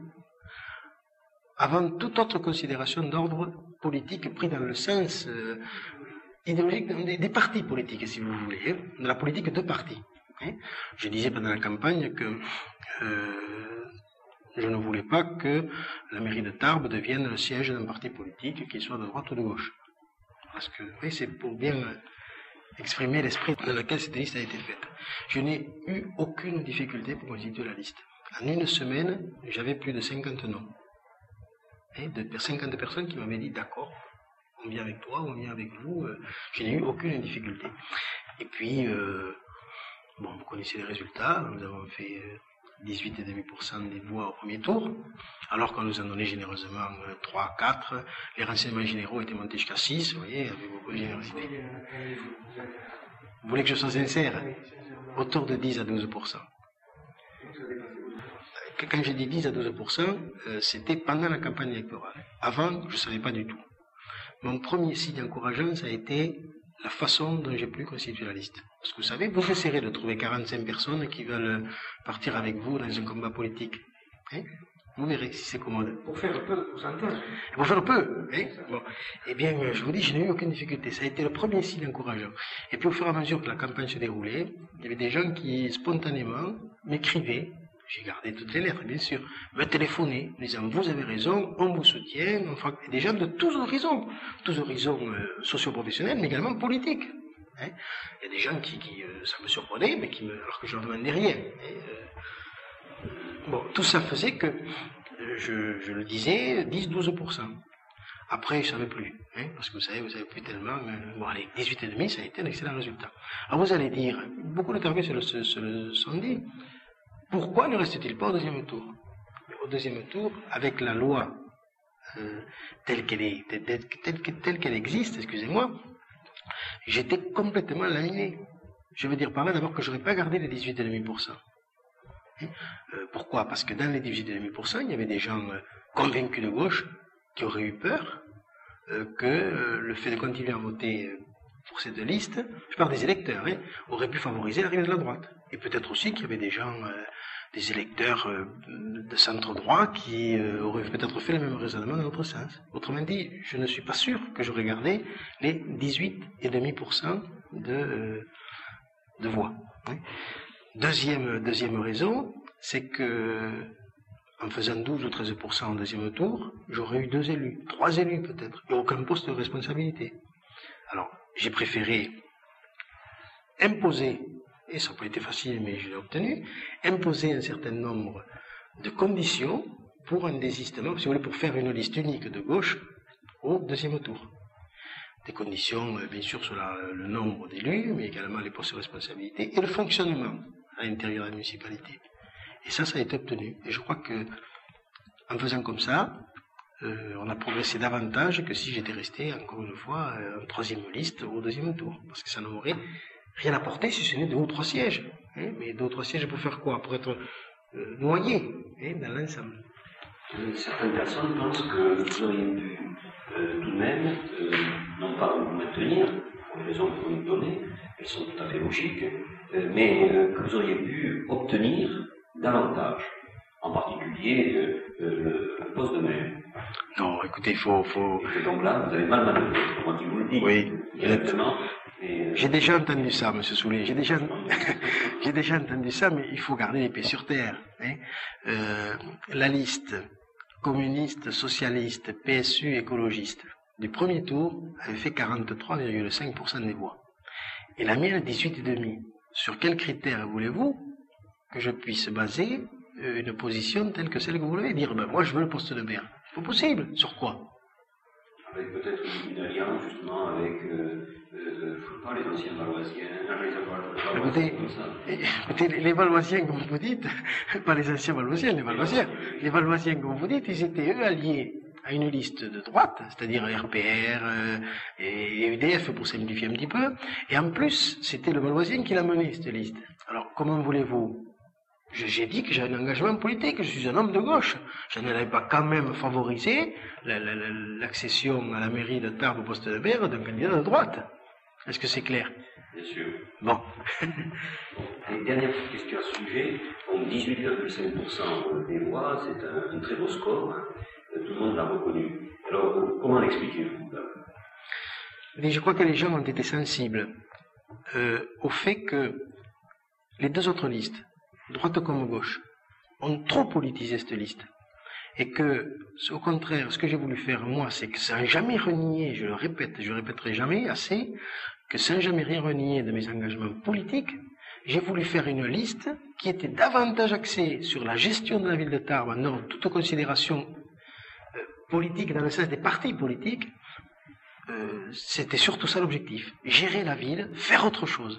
avant toute autre considération d'ordre politique pris dans le sens euh, idéologique des, des partis politiques, si vous voulez, hein, de la politique de partis. Hein. Je disais pendant la campagne que euh, je ne voulais pas que la mairie de Tarbes devienne le siège d'un parti politique, qu'il soit de droite ou de gauche. Parce que oui, c'est pour bien exprimer l'esprit dans lequel cette liste a été faite. Je n'ai eu aucune difficulté pour constituer la liste. En une semaine, j'avais plus de cinquante noms. Et de cinquante personnes qui m'avaient dit d'accord, on vient avec toi, on vient avec vous. Euh, je n'ai eu aucune difficulté. Et puis, euh, bon, vous connaissez les résultats. Nous avons fait euh, dix-huit virgule cinq pour cent des voix au premier tour, alors qu'on nous en donnait généreusement euh, trois, quatre. Les renseignements généraux étaient montés jusqu'à six, vous voyez, avec beaucoup de générosité. Vous voulez que je sois sincère ? Autour de dix à douze pour cent. Quand j'ai dit dix à douze pour cent, euh, c'était pendant la campagne électorale. Avant, je ne savais pas du tout. Mon premier signe encourageant, ça a été la façon dont j'ai pu constituer la liste. Parce que vous savez, vous essayerez de trouver quarante-cinq personnes qui veulent partir avec vous dans un combat politique. Hein? Vous verrez si c'est commode. Pour faire un peu, vous entendez ? Pour faire un peu. Hein? Bon. Eh bien, je vous dis, je n'ai eu aucune difficulté. Ça a été le premier signe encourageant. Et puis, au fur et à mesure que la campagne se déroulait, il y avait des gens qui, spontanément, m'écrivaient. J'ai gardé toutes les lettres, bien sûr. Me téléphoner, me disant, vous avez raison, on vous soutient. Enfin, des gens de tous horizons. Tous horizons euh, socio-professionnels, mais également politiques. Hein? Il y a des gens qui, qui euh, ça me surprenait, mais qui me, alors que je leur demandais rien. Et, euh, bon, tout ça faisait que, euh, je, je le disais, dix à douze pour cent. Après, je ne savais plus, hein, parce que vous savez, vous savez plus tellement. Mais, bon, allez, dix-huit virgule cinq, ça a été un excellent résultat. Alors vous allez dire, beaucoup d'interviews se le, se, se le sont dit, pourquoi ne reste-t-il pas au deuxième tour? Au deuxième tour, avec la loi euh, telle qu'elle est, telle, telle, telle, telle qu'elle existe, excusez-moi, j'étais complètement laminé. Je veux dire par là d'abord que je n'aurais pas gardé les dix-huit virgule cinq pour cent. Euh, pourquoi? Parce que dans les dix-huit virgule cinq pour cent, il y avait des gens euh, convaincus de gauche qui auraient eu peur euh, que euh, le fait de continuer à voter euh, pour cette liste, je parle des électeurs, hein, aurait pu favoriser l'arrivée de la droite. Et peut-être aussi qu'il y avait des gens, euh, des électeurs euh, de centre-droit qui euh, auraient peut-être fait le même raisonnement dans l'autre sens. Autrement dit, je ne suis pas sûr que j'aurais gardé les dix-huit virgule cinq pour cent de, euh, de voix. Hein. Deuxième, deuxième raison, c'est que en faisant douze ou treize pour cent au deuxième tour, j'aurais eu deux élus, trois élus peut-être, et aucun poste de responsabilité. Alors, j'ai préféré imposer, et ça n'a pas été facile, mais je l'ai obtenu, imposer un certain nombre de conditions pour un désistement, si vous voulez, pour faire une liste unique de gauche au deuxième tour. Des conditions, bien sûr, sur la, le nombre d'élus, mais également les postes de responsabilité et le fonctionnement à l'intérieur de la municipalité. Et ça, ça a été obtenu. Et je crois que, en faisant comme ça, euh, on a progressé davantage que si j'étais resté, encore une fois, en troisième liste au deuxième tour. Parce que ça n'aurait rien apporté si ce n'est deux ou trois sièges. Hein, mais deux ou trois sièges pour faire quoi? Pour être euh, noyé hein, dans l'ensemble. Certaines personnes pensent que vous auriez pu euh, tout de même, euh, non pas vous maintenir, pour les raisons que vous nous donnez, elles sont tout à fait logiques, euh, mais euh, que vous auriez pu obtenir davantage, en particulier euh, euh, le poste de maire. Non, écoutez, il faut, faut... Et donc là, vous avez mal manœuvré, comment tu vous le dis. Oui, directement. Et... J'ai déjà entendu ça, M. Soulet. J'ai déjà, j'ai déjà entendu ça, mais il faut garder les pieds sur terre. Hein. Euh, la liste communiste, socialiste, P S U, écologiste du premier tour avait fait quarante-trois virgule cinq pour cent des voix. Et la mienne, dix-huit virgule cinq. Sur quels critères voulez-vous que je puisse baser une position telle que celle que vous voulez dire? Ben, moi, je veux le poste de maire. C'est pas possible. Sur quoi? Avec peut-être une alliance, justement, avec, euh, euh, je ne sais pas, les anciens Valoisiens, les écoutez, écoutez, les Valoisiens, comme vous dites, pas les anciens Valoisiens, les Valoisiens, les Valoisiens, comme vous dites, ils étaient, eux, alliés à une liste de droite, c'est-à-dire R P R euh, et U D F, pour simplifier un petit peu, et en plus, c'était le Valoisien qui l'a mené, cette liste. Alors, comment voulez-vous? J'ai dit que j'ai un engagement politique, je suis un homme de gauche. Je n'allais pas quand même favoriser l'accession à la mairie de Tarbes au poste de maire d'un candidat de droite. Est-ce que c'est clair? Bien sûr. Bon. Et dernière question à ce sujet, dix-huit virgule cinq pour cent des voix, c'est un, un très beau score, hein. Tout le monde l'a reconnu. Alors, comment l'expliquez-vous? Mais je crois que les gens ont été sensibles euh, au fait que les deux autres listes, droite comme gauche, ont trop politisé cette liste. Et que, au contraire, ce que j'ai voulu faire, moi, c'est que sans jamais renier, je le répète, je le répéterai jamais assez, que sans jamais rien renier de mes engagements politiques, j'ai voulu faire une liste qui était davantage axée sur la gestion de la ville de Tarbes, en dehors de toute considération euh, politique, dans le sens des partis politiques. Euh, c'était surtout ça l'objectif. Gérer la ville, faire autre chose.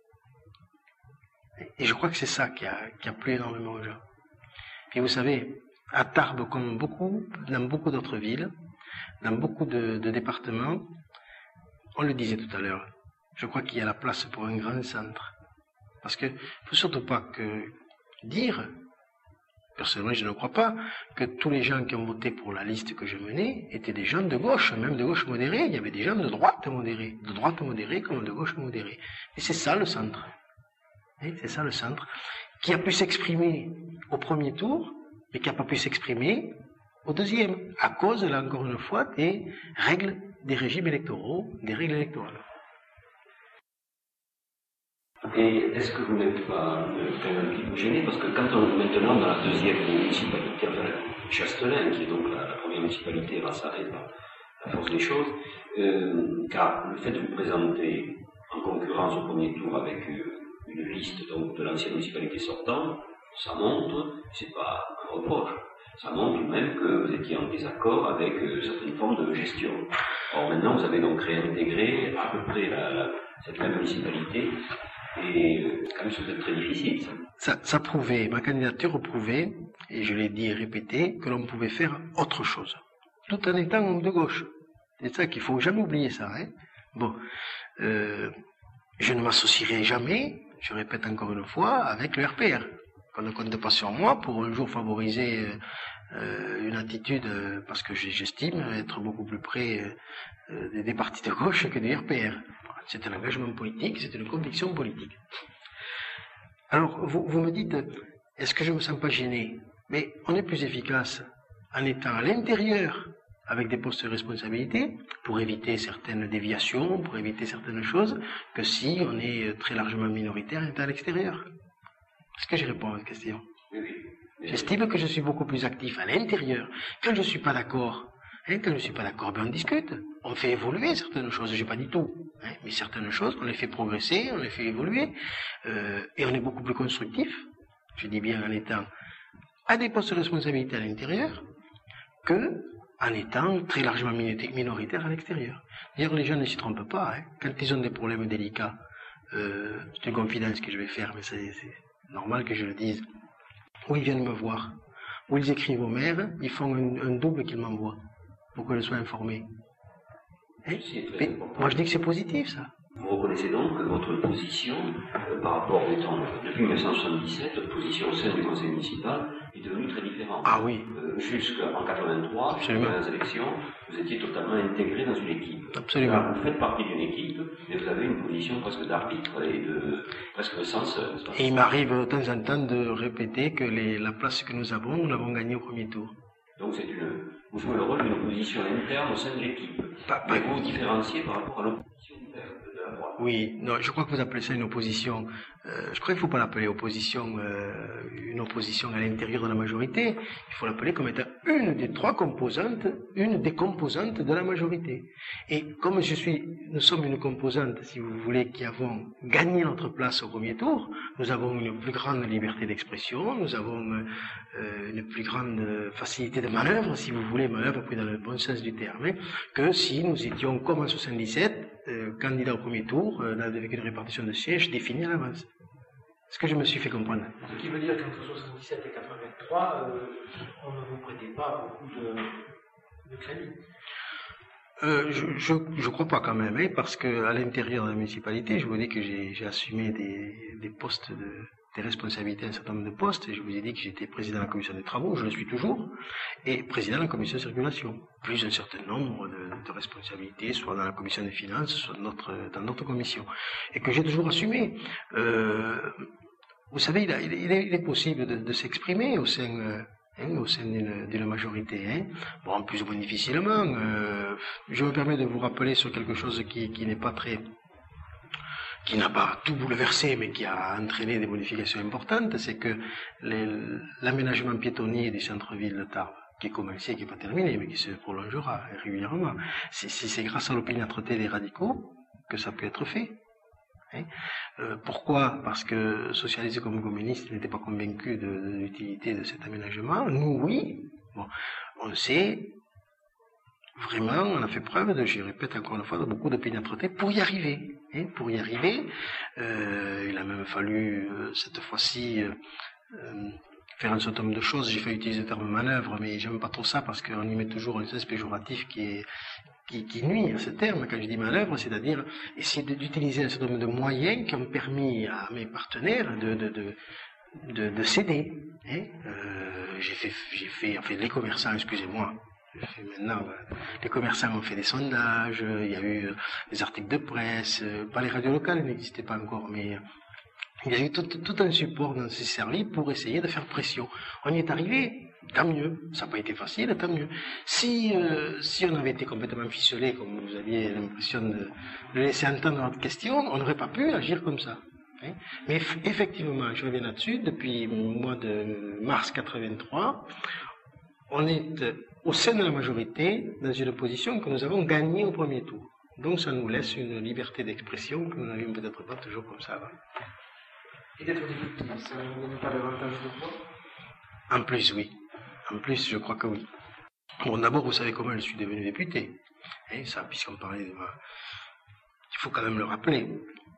Et je crois que c'est ça qui a, qui a plu énormément aux gens. Puis vous savez, à Tarbes, comme beaucoup, dans beaucoup d'autres villes, dans beaucoup de, de départements, on le disait tout à l'heure, je crois qu'il y a la place pour un grand centre. Parce que, il ne faut surtout pas que dire, personnellement je ne crois pas, que tous les gens qui ont voté pour la liste que je menais étaient des gens de gauche, même de gauche modérée. Il y avait des gens de droite modérée, de droite modérée comme de gauche modérée. Et c'est ça le centre. C'est ça le centre, qui a pu s'exprimer au premier tour, mais qui n'a pas pu s'exprimer au deuxième, à cause, là encore une fois, des règles des régimes électoraux, des règles électorales. Et est-ce que vous n'êtes pas quand même un petit peu gêné? Parce que quand on est maintenant dans la deuxième municipalité, enfin, Chastelin, qui est donc la, la première municipalité, va s'arrêter par la force des choses, euh, car le fait de vous présenter en concurrence au premier tour avec euh, une liste donc, de l'ancienne municipalité sortante, ça montre, c'est pas un reproche, ça montre tout de même que vous étiez en désaccord avec euh, certaines formes de gestion. Or maintenant, vous avez donc réintégré à peu près la, la, cette même municipalité, et euh, quand même, c'est très difficile, ça. Ça, ça prouvait, ma candidature prouvait, et je l'ai dit et répété, que l'on pouvait faire autre chose, tout en étant de gauche. C'est ça qu'il faut jamais oublier, ça. Hein. Bon, euh, je ne m'associerai jamais, je répète encore une fois, avec le R P R. Qu'on ne compte pas sur moi pour un jour favoriser euh, une attitude, euh, parce que j'estime être beaucoup plus près euh, des, des partis de gauche que du R P R. C'est un engagement politique, c'est une conviction politique. Alors, vous, vous me dites, est-ce que je ne me sens pas gêné? Mais on est plus efficace en étant à l'intérieur avec des postes de responsabilité pour éviter certaines déviations, pour éviter certaines choses, que si on est très largement minoritaire et à l'extérieur. Est-ce que je réponds à votre question? Oui, oui. J'estime que je suis beaucoup plus actif à l'intérieur. Quand je ne suis pas d'accord, hein, quand je ne suis pas d'accord, ben on discute. On fait évoluer certaines choses, je ne dis pas du tout. Hein, mais certaines choses, on les fait progresser, on les fait évoluer. Euh, et on est beaucoup plus constructif, je dis bien en étant à des postes de responsabilité à l'intérieur, que en étant très largement minoritaire à l'extérieur. D'ailleurs, les gens ne s'y trompent pas. Hein. Quand ils ont des problèmes délicats, euh, c'est une confidence que je vais faire, mais c'est normal que je le dise, où ils viennent me voir, où ils écrivent au maire, ils font un, un double qu'ils m'envoient, pour que je sois informé. Hein? Mais moi je dis que c'est positif, ça. Vous reconnaissez donc que votre position, euh, par rapport au temps, depuis mille neuf cent soixante-dix-sept, votre position au sein du conseil municipal est devenue très différente. Ah oui. Euh, Jusqu'en quatre-vingt-trois, jusqu'à les élections, vous étiez totalement intégré dans une équipe. Absolument. Alors, vous faites partie d'une équipe, mais vous avez une position presque d'arbitre et de presque de censeur. Et il m'arrive de temps en temps de répéter que les, la place que nous avons, nous l'avons gagnée au premier tour. Donc c'est une, vous jouez le rôle d'une opposition interne au sein de l'équipe. Mais vous vous différenciez par rapport à l'opposition de la droite. Oui, non, je crois que vous appelez ça une opposition. Euh, je crois qu'il ne faut pas l'appeler opposition, euh, une opposition à l'intérieur de la majorité. Il faut l'appeler comme étant une des trois composantes, une des composantes de la majorité. Et comme je suis, nous sommes une composante, si vous voulez, qui avons gagné notre place au premier tour, nous avons une plus grande liberté d'expression, nous avons euh, une plus grande facilité de manœuvre, si vous voulez, manœuvre pris dans le bon sens du terme, hein, que si nous étions comme en soixante-dix-sept, euh, candidats au premier tour, euh, avec une répartition de sièges définie à l'avance. Est-ce que je me suis fait comprendre? Ce qui veut dire qu'entre soixante-dix-sept et quatre-vingt-trois, euh, on ne vous prêtait pas beaucoup de, de crédit. Euh, je, je, je crois pas quand même, hein, parce que à l'intérieur de la municipalité, je vous dis que j'ai assumé des, des postes de, des responsabilités, un certain nombre de postes. Je vous ai dit que j'étais président de la commission des travaux, je le suis toujours, et président de la commission de circulation. Plus un certain nombre de, de responsabilités, soit dans la commission des finances, soit dans notre, dans notre commission, et que j'ai toujours assumé. Euh, vous savez, il, a, il, est, il est possible de, de s'exprimer au sein. Euh, Hein, au sein d'une majorité, hein. Bon, plus ou moins difficilement. Euh, je me permets de vous rappeler sur quelque chose qui, qui n'est pas très, qui n'a pas tout bouleversé, mais qui a entraîné des modifications importantes, c'est que l'aménagement piétonnier du centre-ville de Tarbes, qui est commencé, qui n'est pas terminé, mais qui se prolongera régulièrement, c'est grâce à l'opiniâtreté des radicaux que ça peut être fait. Hein. Euh, pourquoi? Parce que socialistes comme communistes n'étaient pas convaincus de, de l'utilité de cet aménagement. Nous, oui. Bon, on sait, vraiment, on a fait preuve de, je répète encore une fois, de beaucoup d'opiniâtreté pour y arriver. Hein, pour y arriver, euh, il a même fallu, euh, cette fois-ci, euh, euh, faire un certain nombre de choses. J'ai failli utiliser le terme manœuvre, mais j'aime pas trop ça parce qu'on y met toujours un sens péjoratif qui est Qui, qui nuit à ce terme. Quand je dis manœuvre, c'est-à-dire essayer d'utiliser un certain nombre de moyens qui ont permis à mes partenaires de, de, de, de, de céder. Hein. Euh, j'ai fait, j'ai fait, enfin, les commerçants, excusez-moi, maintenant, les commerçants ont fait des sondages, il y a eu des articles de presse, pas les radios locales n'existaient pas encore, mais il y a eu tout, tout un support dans ces services pour essayer de faire pression. On y est arrivé. Tant mieux, ça n'a pas été facile, tant mieux. Si, euh, si on avait été complètement ficelé, comme vous aviez l'impression de, de laisser entendre notre question, on n'aurait pas pu agir comme ça. Hein. Mais effectivement, je reviens là-dessus, depuis le mois de mars quatre-vingt-trois, on est au sein de la majorité dans une position que nous avons gagnée au premier tour. Donc ça nous laisse une liberté d'expression que nous n'avions peut-être pas toujours comme ça avant. Et d'être député, ça ne donne pas davantage de voix? En plus, oui. En plus, je crois que oui. Bon, d'abord, vous savez comment je suis devenu député. Et ça, puisqu'on parlait de ma... Il faut quand même le rappeler.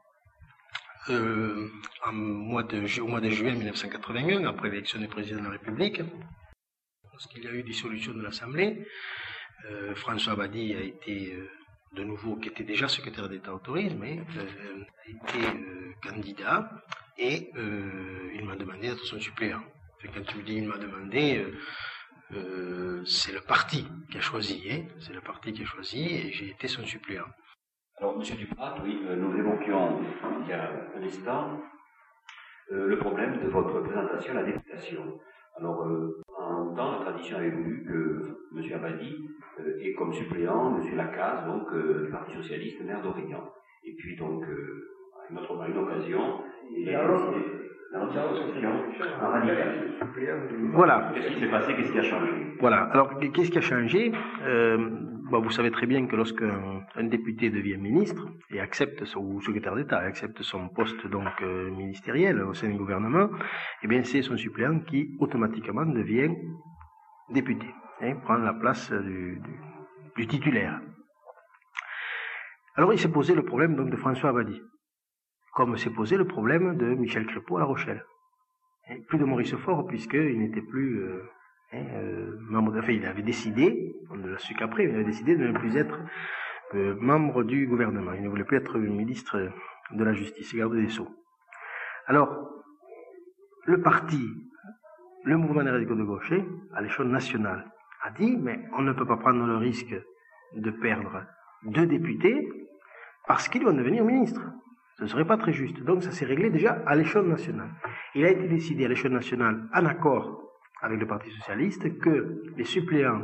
Euh, en mois de, au mois de juin mille neuf cent quatre-vingt-un, après l'élection du président de la République, lorsqu'il y a eu dissolution de l'Assemblée, euh, François Abadie a été euh, de nouveau, qui était déjà secrétaire d'État au tourisme, et, euh, a été euh, candidat, et euh, il m'a demandé d'être son suppléant. Enfin, quand tu me dis il m'a demandé, euh, euh, c'est le parti qui a choisi, hein, c'est le parti qui a choisi, et j'ai été son suppléant. Alors, M. Duprat, oui, euh, nous évoquions il y a un instant euh, le problème de votre présentation à la députation. Alors, euh, en temps, la tradition avait voulu que M. Abadie euh, ait comme suppléant M. Lacaze, donc euh, du Parti Socialiste, maire d'Aurignan. Et puis, donc, euh, à une, autre, à une occasion, il a décidé la notification en radical. Voilà. Qu'est-ce qui s'est passé? Qu'est-ce qui a changé? Voilà. Alors, qu'est-ce qui a changé? euh, Bon, vous savez très bien que lorsqu'un un député devient ministre et accepte son, ou secrétaire d'État, accepte son poste donc euh, ministériel au sein du gouvernement, eh bien c'est son suppléant qui automatiquement devient député, hein, prend la place du, du, du titulaire. Alors il s'est posé le problème donc de François Abadie, comme s'est posé le problème de Michel Crépeau à La Rochelle. Et plus de Maurice Faure puisqu'il n'était plus euh, hein, euh, membre de, enfin, il avait décidé, on ne l'a su qu'après, il avait décidé de ne plus être euh, membre du gouvernement. Il ne voulait plus être ministre de la Justice, garde des Sceaux. Alors, le parti, le mouvement des radicaux de gauche, à l'échelle nationale, a dit, mais on ne peut pas prendre le risque de perdre deux députés parce qu'ils vont devenir ministres. Ce ne serait pas très juste. Donc ça s'est réglé déjà à l'échelle nationale. Il a été décidé à l'échelle nationale, en accord avec le Parti Socialiste, que les suppléants,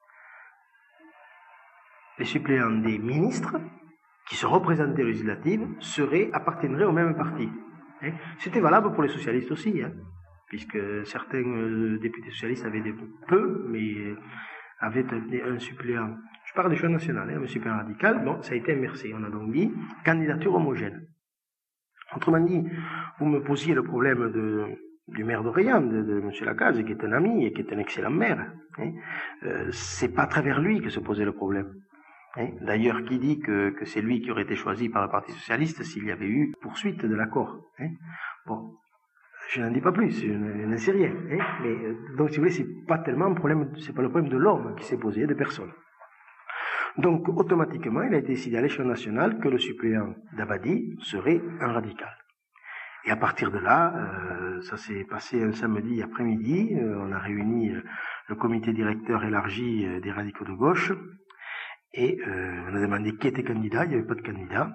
les suppléants des ministres qui se représentaient aux législatives seraient, appartiendraient au même parti. Hein. C'était valable pour les socialistes aussi, hein, puisque certains euh, députés socialistes avaient des peu, mais euh, avaient un, un suppléant. Je parle des choix nationaux, hein, un suppléant radical. Bon, ça a été inversé. On a donc dit candidature homogène. Autrement dit, vous me posiez le problème de, du maire d'Aurignan, de, de M. Lacaze, qui est un ami et qui est un excellent maire. Hein. Euh, c'est pas à travers lui que se posait le problème. Hein. D'ailleurs, qui dit que, que c'est lui qui aurait été choisi par le Parti Socialiste s'il y avait eu poursuite de l'accord, hein. Bon, je n'en dis pas plus, je n'en sais rien. Hein. Mais, donc, si vous voulez, c'est pas tellement un problème, c'est pas le problème de l'homme qui s'est posé, de personne. Donc, automatiquement, il a été décidé à l'échelle nationale que le suppléant d'Abadie serait un radical. Et à partir de là, euh, ça s'est passé un samedi après-midi, euh, on a réuni euh, le comité directeur élargi euh, des radicaux de gauche, et euh, on a demandé qui était candidat, il n'y avait pas de candidat,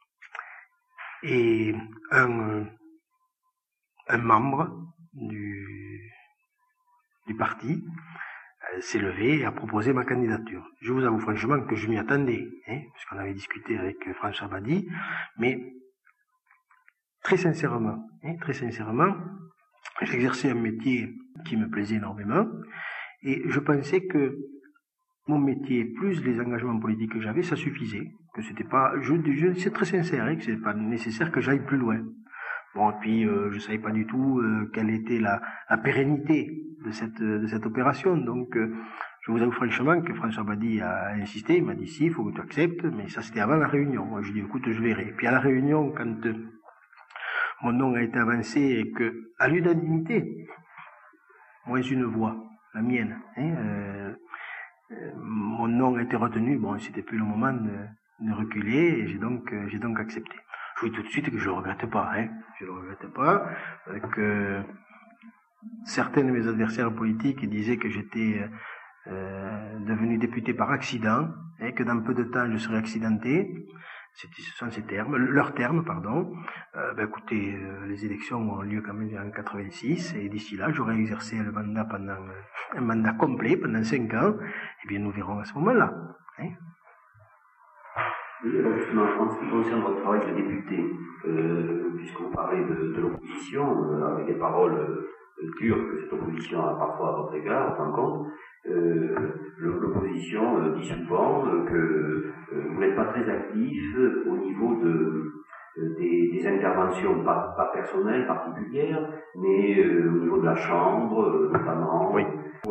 et un, euh, un membre du, du parti s'est levé et a proposé ma candidature. Je vous avoue franchement que je m'y attendais, hein, parce qu'on avait discuté avec François Abadie, mais très sincèrement, hein, très sincèrement, j'exerçais un métier qui me plaisait énormément, et je pensais que mon métier, plus les engagements politiques que j'avais, ça suffisait, que c'était pas, je, je c'est très sincère, hein, que c'est pas nécessaire que j'aille plus loin. Bon, et puis euh, je savais pas du tout euh, quelle était la, la pérennité de cette, de cette opération. Donc, euh, je vous avoue franchement que François Abadie a insisté, il m'a dit si, il faut que tu acceptes, mais ça c'était avant la réunion. Moi, je dis écoute, je verrai. Puis à la réunion, quand euh, mon nom a été avancé et que, à l'unanimité, moins une voix, la mienne, hein, euh, euh, mon nom a été retenu, bon, c'était plus le moment de, de reculer, et j'ai donc, euh, j'ai donc accepté. Je vous dis tout de suite que je ne le regrette pas, hein. Je ne le regrette pas, euh, que certains de mes adversaires politiques disaient que j'étais euh, devenu député par accident, et que dans peu de temps je serais accidenté. C'était, ce sont ces termes, leurs termes, pardon. Euh, ben écoutez, euh, les élections ont lieu quand même en quatre-vingt-six, et d'ici là, j'aurais exercé le mandat pendant euh, un mandat complet, pendant cinq ans, et bien nous verrons à ce moment-là. Hein. Oui, alors justement, en ce qui concerne votre travail de député, euh, puisqu'on parlait de, de l'opposition, euh, avec des paroles euh, dures que cette opposition a parfois à votre égard, en fin de compte, euh, l'opposition euh, dit souvent euh, que euh, vous n'êtes pas très actif euh, au niveau de, euh, des, des interventions, pas, pas personnelles, particulières, mais euh, au niveau de la Chambre, euh, notamment, oui. pose parfois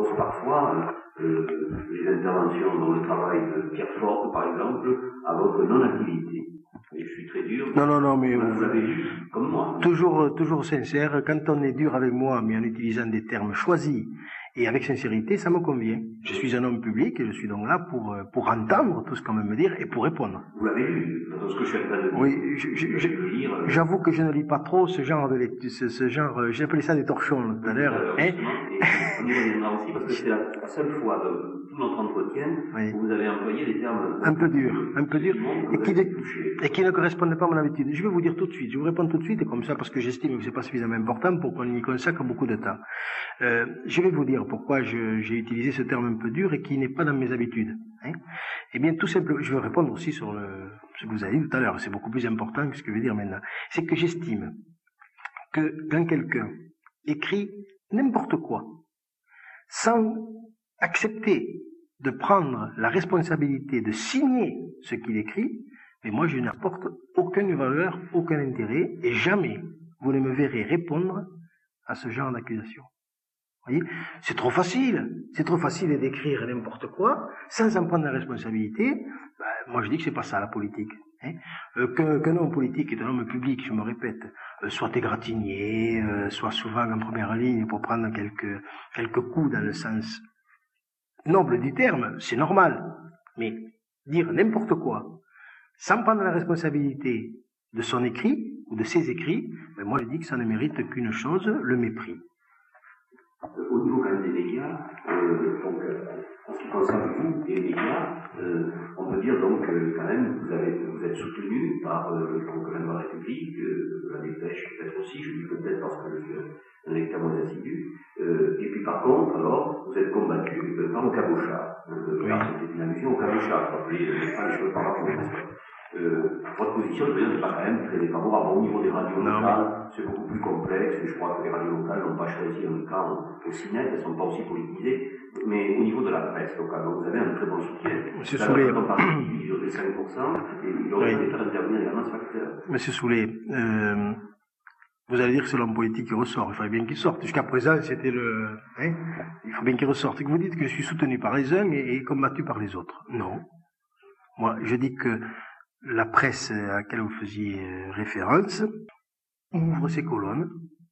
parfois euh, les interventions dans le travail de Pierre Forte, par exemple, à votre non-activité. Et je suis très dur. Non, non, non, mais vous l'avez lu, comme moi. Toujours, toujours sincère. Quand on est dur avec moi, mais en utilisant des termes choisis et avec sincérité, ça me convient. Je suis un homme public et je suis donc là pour, pour entendre tout ce qu'on veut me dire et pour répondre. Vous l'avez lu, dans ce que je suis en train de dire. Oui, je, je, je, j'avoue que je ne lis pas trop ce genre de lecture, ce, ce genre, j'ai appelé ça des torchons tout à l'heure. Hein? On y reviendra aussi parce que c'est la, la seule fois de tout notre entretien oui. où vous avez employé des termes un peu durs, un peu durs, et qui, de, et qui ne correspondent pas à mon habitude. Je vais vous dire tout de suite, je vous réponds tout de suite, et comme ça, parce que j'estime que c'est pas suffisamment important pour qu'on y consacre beaucoup de temps. Euh, je vais vous dire pourquoi je, j'ai utilisé ce terme un peu dur et qui n'est pas dans mes habitudes. Hein. Eh bien, tout simplement, je vais répondre aussi sur le, ce que vous avez dit tout à l'heure, c'est beaucoup plus important que ce que je vais dire maintenant. C'est que j'estime que quand quelqu'un écrit n'importe quoi, sans accepter de prendre la responsabilité de signer ce qu'il écrit, mais moi je n'apporte aucune valeur, aucun intérêt, et jamais vous ne me verrez répondre à ce genre d'accusation. Vous voyez, c'est trop facile, c'est trop facile d'écrire n'importe quoi, sans en prendre la responsabilité. Ben, moi je dis que c'est pas ça la politique. Hein. Euh, que, qu'un homme politique est un homme public, je me répète, euh, soit égratigné, euh, soit souvent en première ligne pour prendre quelques, quelques coups dans le sens noble du terme, c'est normal. Mais dire n'importe quoi, sans prendre la responsabilité de son écrit, ou de ses écrits, ben moi je dis que ça ne mérite qu'une chose, le mépris. Au niveau quand même des médias, euh, donc, euh, en ce qui concerne vous et les médias, euh, on peut dire donc euh, quand même vous, avez, vous êtes soutenu par euh, donc, la Nouvelle République, euh, la Dépêche peut-être aussi, je dis peut-être parce que je suis un lecteur moins assidu, euh, et puis par contre, alors, vous êtes combattu euh, par le cabochard. Euh, oui. C'était une allusion au cabochard, vous rappelez, les pas les cheveux par rapport au Euh, votre position, je veux dire, n'est pas quand même très défavorable. Au niveau des radios non, locales, mais... c'est beaucoup plus complexe, et je crois que les radios locales n'ont pas choisi un camp aussi net, elles ne sont pas aussi politisées. Mais au niveau de la presse locale, vous avez un très bon soutien. Monsieur Soulet. Il aurait cinq pour cent, et il aurait oui. fait intervenir également ce facteur. Monsieur Soulet, euh, vous allez dire que c'est l'homme politique qui ressort. Il fallait bien qu'il sorte. Jusqu'à présent, c'était le... Hein, il faut bien qu'il ressorte. Et que vous dites que je suis soutenu par les uns et, et combattu par les autres. Non. Moi, je dis que la presse à laquelle vous faisiez référence ouvre ses colonnes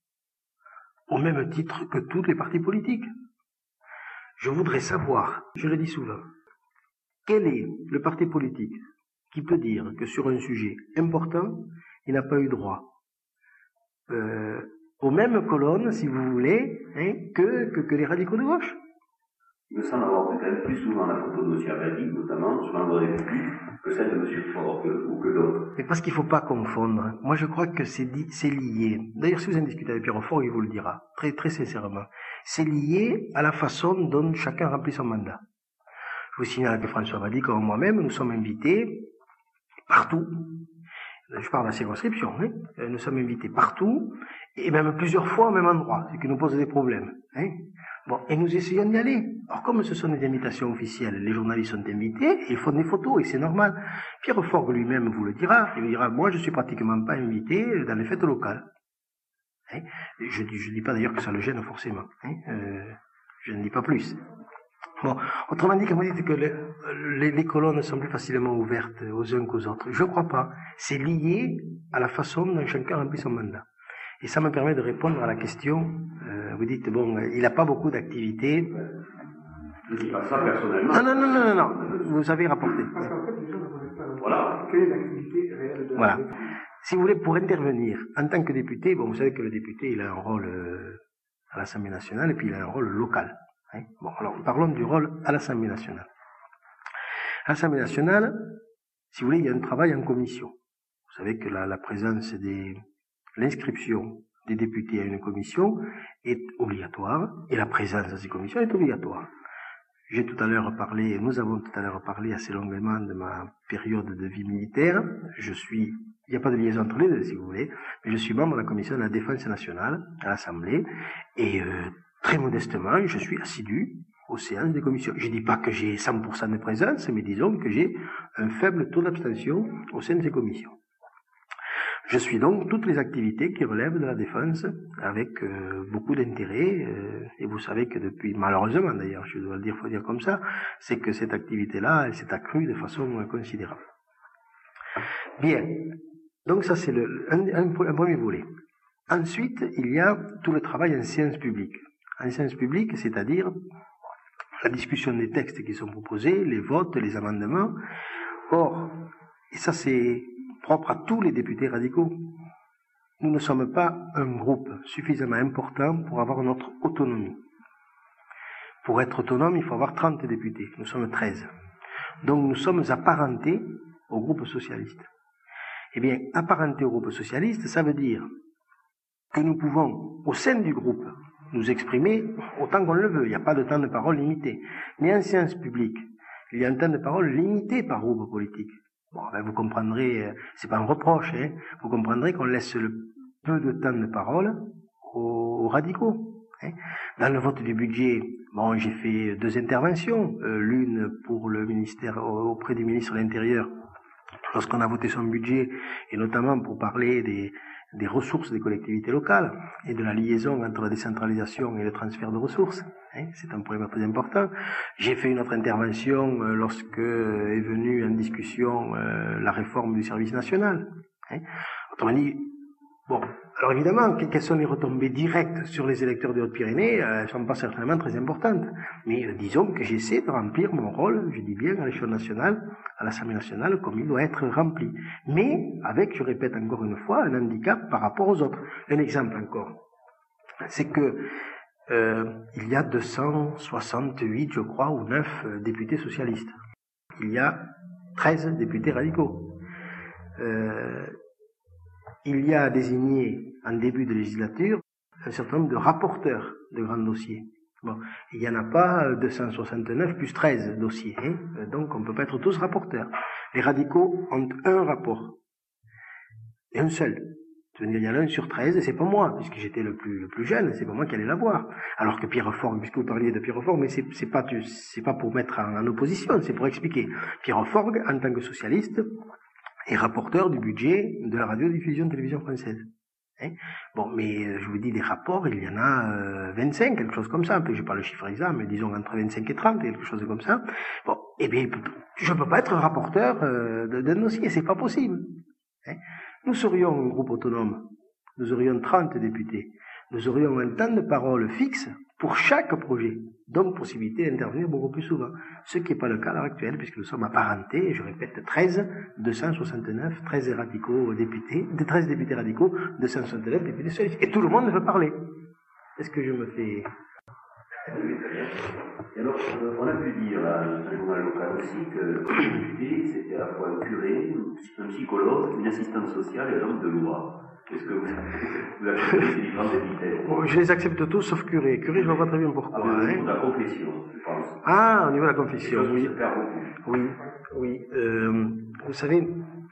au même titre que tous les partis politiques. Je voudrais savoir, je le dis souvent, quel est le parti politique qui peut dire que sur un sujet important, il n'a pas eu droit euh, aux mêmes colonnes, si vous voulez, hein, que, que, que les radicaux de gauche. Il me semble avoir vu quand même plus souvent la photo de M. Abadi, notamment sur la Nouvelle République, que celle de M. Faure que, ou que d'autres. Mais parce qu'il ne faut pas confondre. Moi, je crois que c'est, c'est lié. D'ailleurs, si vous en discutez avec Pierre Faure, il vous le dira, très, très sincèrement. C'est lié à la façon dont chacun remplit son mandat. Je vous signale que François Abadi, comme moi-même, nous sommes invités partout. Je parle de la circonscription, hein. Nous sommes invités partout, et même plusieurs fois au même endroit, ce qui nous pose des problèmes. Hein. Bon, et nous essayons d'y aller. Alors, comme ce sont des invitations officielles, les journalistes sont invités, et ils font des photos, et c'est normal. Pierre Forgue lui-même vous le dira, il vous dira, moi, je suis pratiquement pas invité dans les fêtes locales. Hein. Je dis, je dis pas d'ailleurs que ça le gêne forcément. Hein. Euh, je ne dis pas plus. Bon, autrement dit, quand vous dites que les, les, les colonnes sont plus facilement ouvertes aux uns qu'aux autres, je ne crois pas. C'est lié à la façon dont chacun remplit son mandat. Et ça me permet de répondre à la question, euh, vous dites, bon, il n'a pas beaucoup d'activités. Je ne dis pas ça personnellement. Non, non, non, non, non, non. Vous avez rapporté. Voilà. Quelle est l'activité réelle de Voilà. Si vous voulez, pour intervenir en tant que député, bon, vous savez que le député, il a un rôle euh, à l'Assemblée nationale et puis il a un rôle local. Hein. Bon, alors, parlons du rôle à l'Assemblée nationale. À l'Assemblée nationale, si vous voulez, il y a un travail en commission. Vous savez que la, la présence des... L'inscription des députés à une commission est obligatoire et la présence à ces commissions est obligatoire. J'ai tout à l'heure parlé, nous avons tout à l'heure parlé assez longuement de ma période de vie militaire. Je suis, il n'y a pas de liaison entre les deux si vous voulez, mais je suis membre de la commission de la défense nationale à l'Assemblée et euh, très modestement, je suis assidu aux séances des commissions. Je ne dis pas que j'ai cent pour cent de présence, mais disons que j'ai un faible taux d'abstention au sein de ces commissions. Je suis donc toutes les activités qui relèvent de la défense avec euh, beaucoup d'intérêt euh, et vous vous savez que depuis, malheureusement d'ailleurs, je dois le dire, il faut dire comme ça, c'est que cette activité-là, elle s'est accrue de façon considérable. Bien, donc ça c'est le, un, un, un premier volet. Ensuite, il y a tout le travail en sciences publiques. En sciences publiques, c'est-à-dire la discussion des textes qui sont proposés, les votes, les amendements. Or, et ça c'est propre à tous les députés radicaux, nous ne sommes pas un groupe suffisamment important pour avoir notre autonomie. Pour être autonome, il faut avoir trente députés. Nous sommes treize. Donc nous sommes apparentés au groupe socialiste. Eh bien, apparentés au groupe socialiste, ça veut dire que nous pouvons, au sein du groupe, nous exprimer autant qu'on le veut. Il n'y a pas de temps de parole limité. Mais en sciences publiques, il y a un temps de parole limité par groupe politique. Bon, ben vous comprendrez, c'est pas un reproche, hein, vous comprendrez qu'on laisse le peu de temps de parole aux, aux radicaux. Hein. Dans le vote du budget, bon, j'ai fait deux interventions, euh, l'une pour le ministère, auprès du ministre de l'Intérieur, lorsqu'on a voté son budget, et notamment pour parler des, des ressources des collectivités locales et de la liaison entre la décentralisation et le transfert de ressources. Hein, c'est un problème très important. J'ai fait une autre intervention euh, lorsque est venue en discussion euh, la réforme du service national. Hein. Autrement dit, bon, alors évidemment, quelles sont les retombées directes sur les électeurs des Hautes-Pyrénées? Elles ne sont pas certainement très importantes. Mais euh, disons que j'essaie de remplir mon rôle, je dis bien, à l'échelle nationale, à l'Assemblée nationale, comme il doit être rempli. Mais avec, je répète encore une fois, un handicap par rapport aux autres. Un exemple encore, c'est que euh, il y a deux cent soixante-huit, je crois, ou neuf euh, députés socialistes. Il y a treize députés radicaux. Euh, il y a désigné en début de législature un certain nombre de rapporteurs de grands dossiers. Bon, il n'y en a pas deux cent soixante-neuf plus treize dossiers, hein, donc on ne peut pas être tous rapporteurs. Les radicaux ont un rapport, et un seul. Je veux dire, il y en a un sur treize, et c'est pas moi, puisque j'étais le plus, le plus jeune, c'est pas moi qui allais l'avoir. Alors que Pierre Forgue, puisque vous parliez de Pierre Forgue, mais c'est, c'est pas, c'est pas pour mettre en, en opposition, c'est pour expliquer. Pierre Forgue, en tant que socialiste, est rapporteur du budget de la radiodiffusion télévision française. Hein, bon, mais je vous dis des rapports, il y en a euh, vingt-cinq, quelque chose comme ça. Je n'ai pas le chiffre exact, mais disons entre vingt-cinq et trente, quelque chose comme ça. Bon, eh bien, je ne peux pas être rapporteur euh, d'un dossier, c'est pas possible. Hein. Nous serions un groupe autonome, nous aurions trente députés, nous aurions un temps de parole fixe pour chaque projet, donc possibilité d'intervenir beaucoup plus souvent. Ce qui n'est pas le cas à l'heure actuelle, puisque nous sommes apparentés, et je répète, treize, deux cent soixante-neuf, treize radicaux députés, treize députés radicaux, deux cent soixante-neuf députés socialistes. Et tout le monde veut parler. Est-ce que je me fais... Et alors, on a pu dire là, dans le journal local aussi, que le député, c'était à la fois un curé, un psychologue, une assistante sociale et un homme de loi. Est-ce que vous, vous acceptez ces différentes épithètes? Bon, je les accepte tous, sauf curé. Curé, je ne vois pas très bien pourquoi. Ah, au niveau hein. de la confession, je pense. Ah, au niveau de la confession, oui. Oui, oui. Euh, vous savez,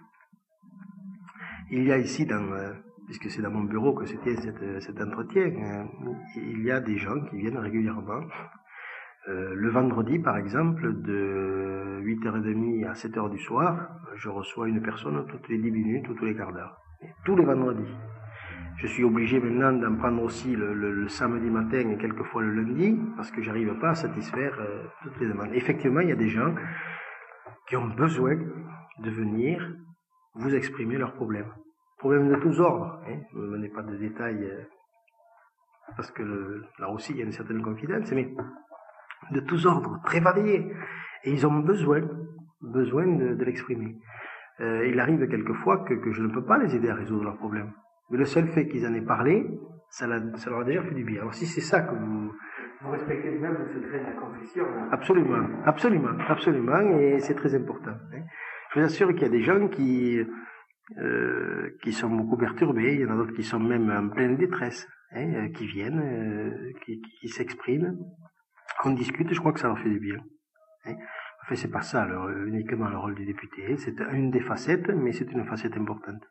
il y a ici, dans, euh, puisque c'est dans mon bureau que c'était cet, cet entretien, euh, il y a des gens qui viennent régulièrement. Euh, le vendredi, par exemple, de huit heures trente à sept heures du soir, je reçois une personne toutes les dix minutes ou tous les quarts d'heure. Tous les vendredis. Je suis obligé maintenant d'en prendre aussi le, le, le samedi matin et quelquefois le lundi, parce que j'arrive pas à satisfaire euh, toutes les demandes. Effectivement, il y a des gens qui ont besoin de venir vous exprimer leurs problèmes. Problèmes de tous ordres. Hein. Ne me donnez pas de détails, euh, parce que le, là aussi, il y a une certaine confidence, mais de tous ordres, très variés. Et ils ont besoin, besoin de, de l'exprimer. Euh, il arrive quelquefois que, que je ne peux pas les aider à résoudre leurs problèmes. Mais le seul fait qu'ils en aient parlé, ça, ça leur a déjà fait du bien. Alors si c'est ça que vous... Vous respectez même le secret de la confession. Hein. Absolument, absolument, absolument, et c'est très important. Hein. Je vous assure qu'il y a des gens qui, euh, qui sont beaucoup perturbés, il y en a d'autres qui sont même en pleine détresse, hein, qui viennent, euh, qui, qui s'expriment, on discute, je crois que ça leur fait du bien. Hein. Enfin, c'est pas ça alors, uniquement le rôle du député, c'est une des facettes, mais c'est une facette importante.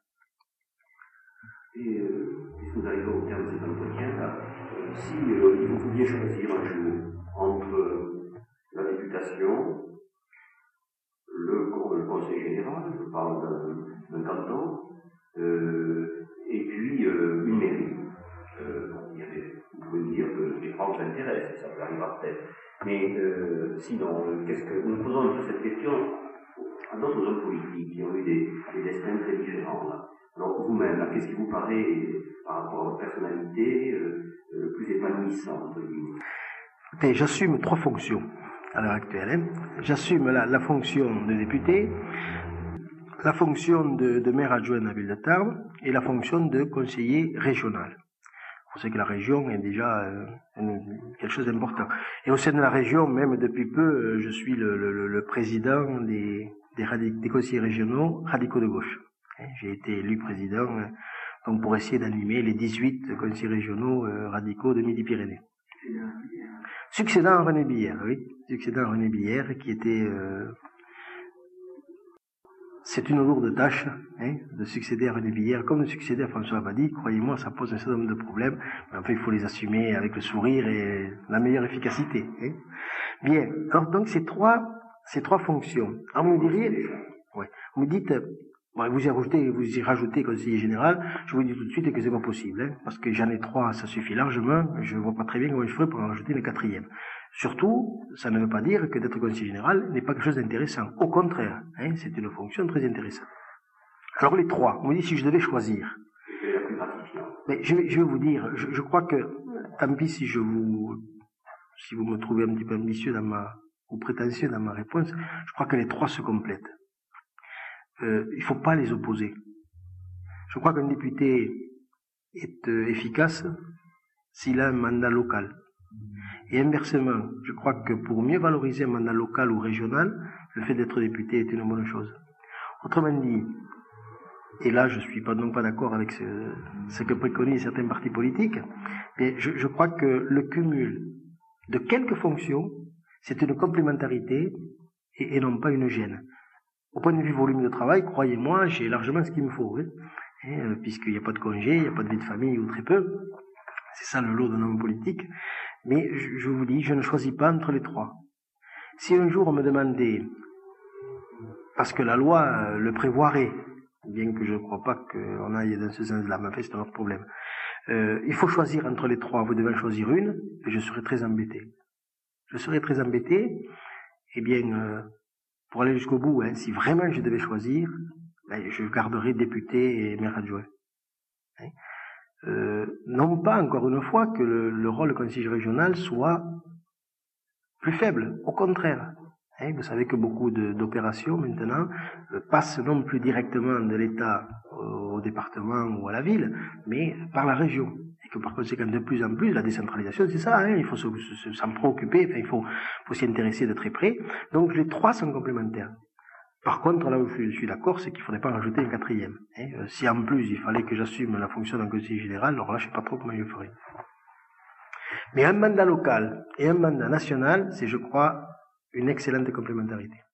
Et euh, puisque nous arrivons au terme de cet entretien, là, euh, si euh, vous pouviez choisir un jour entre euh, la députation, le, le conseil général, je parle d'un, d'un canton, euh, et puis euh, une mairie, euh, il y avait, vous pouvez me dire que les trois vous intéressent. intéresse, ça vous arrivera peut-être. Mais euh, sinon, euh, qu'est-ce que nous posons un peu cette question à d'autres hommes politiques qui ont eu des, des destins très différents. Là. Alors vous-même, là, qu'est-ce qui vous paraît, par rapport à votre personnalité, euh, le plus épanouissant entre guillemets? J'assume trois fonctions à l'heure actuelle. Hein. J'assume la, la fonction de député, la fonction de, de maire adjoint de la ville de Tarbes et la fonction de conseiller régional. On sait que la région est déjà euh, quelque chose d'important. Et au sein de la région, même depuis peu, euh, je suis le, le, le président des, des, radic- des conseillers régionaux radicaux de gauche. J'ai été élu président euh, donc pour essayer d'animer les dix-huit conseillers régionaux euh, radicaux de Midi-Pyrénées. Succédant à René Billère, oui. Succédant à René Billère, qui était... Euh, c'est une lourde tâche hein, de succéder à René Billère, comme de succéder à François Abadie. Croyez-moi, ça pose un certain nombre de problèmes, mais enfin, il faut les assumer avec le sourire et la meilleure efficacité. Hein. Bien, alors donc ces trois, ces trois fonctions. Alors vous me diriez, ouais, vous me dites, bon, vous y rajoutez, vous y rajoutez conseiller général, je vous dis tout de suite que c'est pas possible, hein, parce que j'en ai trois, ça suffit largement, je vois pas très bien comment je ferais pour en rajouter le quatrième. Surtout, ça ne veut pas dire que d'être conseiller général n'est pas quelque chose d'intéressant. Au contraire, hein, c'est une fonction très intéressante. Alors les trois, on me dit si je devais choisir. Mais je vais, je vais vous dire, je, je crois que, tant pis si je vous, si vous me trouvez un petit peu ambitieux dans ma, ou prétentieux dans ma réponse, je crois que les trois se complètent. Euh, il ne faut pas les opposer. Je crois qu'un député est euh, efficace s'il a un mandat local. Et inversement, je crois que pour mieux valoriser un mandat local ou régional, le fait d'être député est une bonne chose. Autrement dit, et là je ne suis pas, donc pas d'accord avec ce, ce que préconisent certains partis politiques, mais je, je crois que le cumul de quelques fonctions, c'est une complémentarité et, et non pas une gêne. Au point de vue volume de travail, croyez-moi, j'ai largement ce qu'il me faut, hein, et, euh, puisqu'il n'y a pas de congé, il n'y a pas de vie de famille ou très peu. C'est ça le lot d'un homme politique. Mais je, je vous dis, je ne choisis pas entre les trois. Si un jour on me demandait, parce que la loi euh, le prévoirait, bien que je ne crois pas qu'on aille dans ce sens-là, mais en fait c'est un autre problème, euh, il faut choisir entre les trois, vous devez en choisir une, et je serai très embêté. Je serai très embêté, eh bien, euh, pour aller jusqu'au bout, hein, si vraiment je devais choisir, ben, je garderai député et maire adjoint. Hein. Euh, non pas, encore une fois, que le, le rôle de conseiller régional soit plus faible, au contraire. Hein, vous savez que beaucoup de, d'opérations, maintenant, euh, passent non plus directement de l'État au, au département ou à la ville, mais par la région. Et que par conséquent, de plus en plus, la décentralisation, c'est ça, hein, il faut se, se, s'en préoccuper, enfin, il faut, faut s'y intéresser de très près. Donc les trois sont complémentaires. Par contre, là où je suis d'accord, c'est qu'il ne faudrait pas en rajouter un quatrième. Hein. Euh, si en plus il fallait que j'assume la fonction d'un conseiller général, alors là je ne sais pas trop comment je ferais. Mais un mandat local et un mandat national, c'est, je crois, une excellente complémentarité.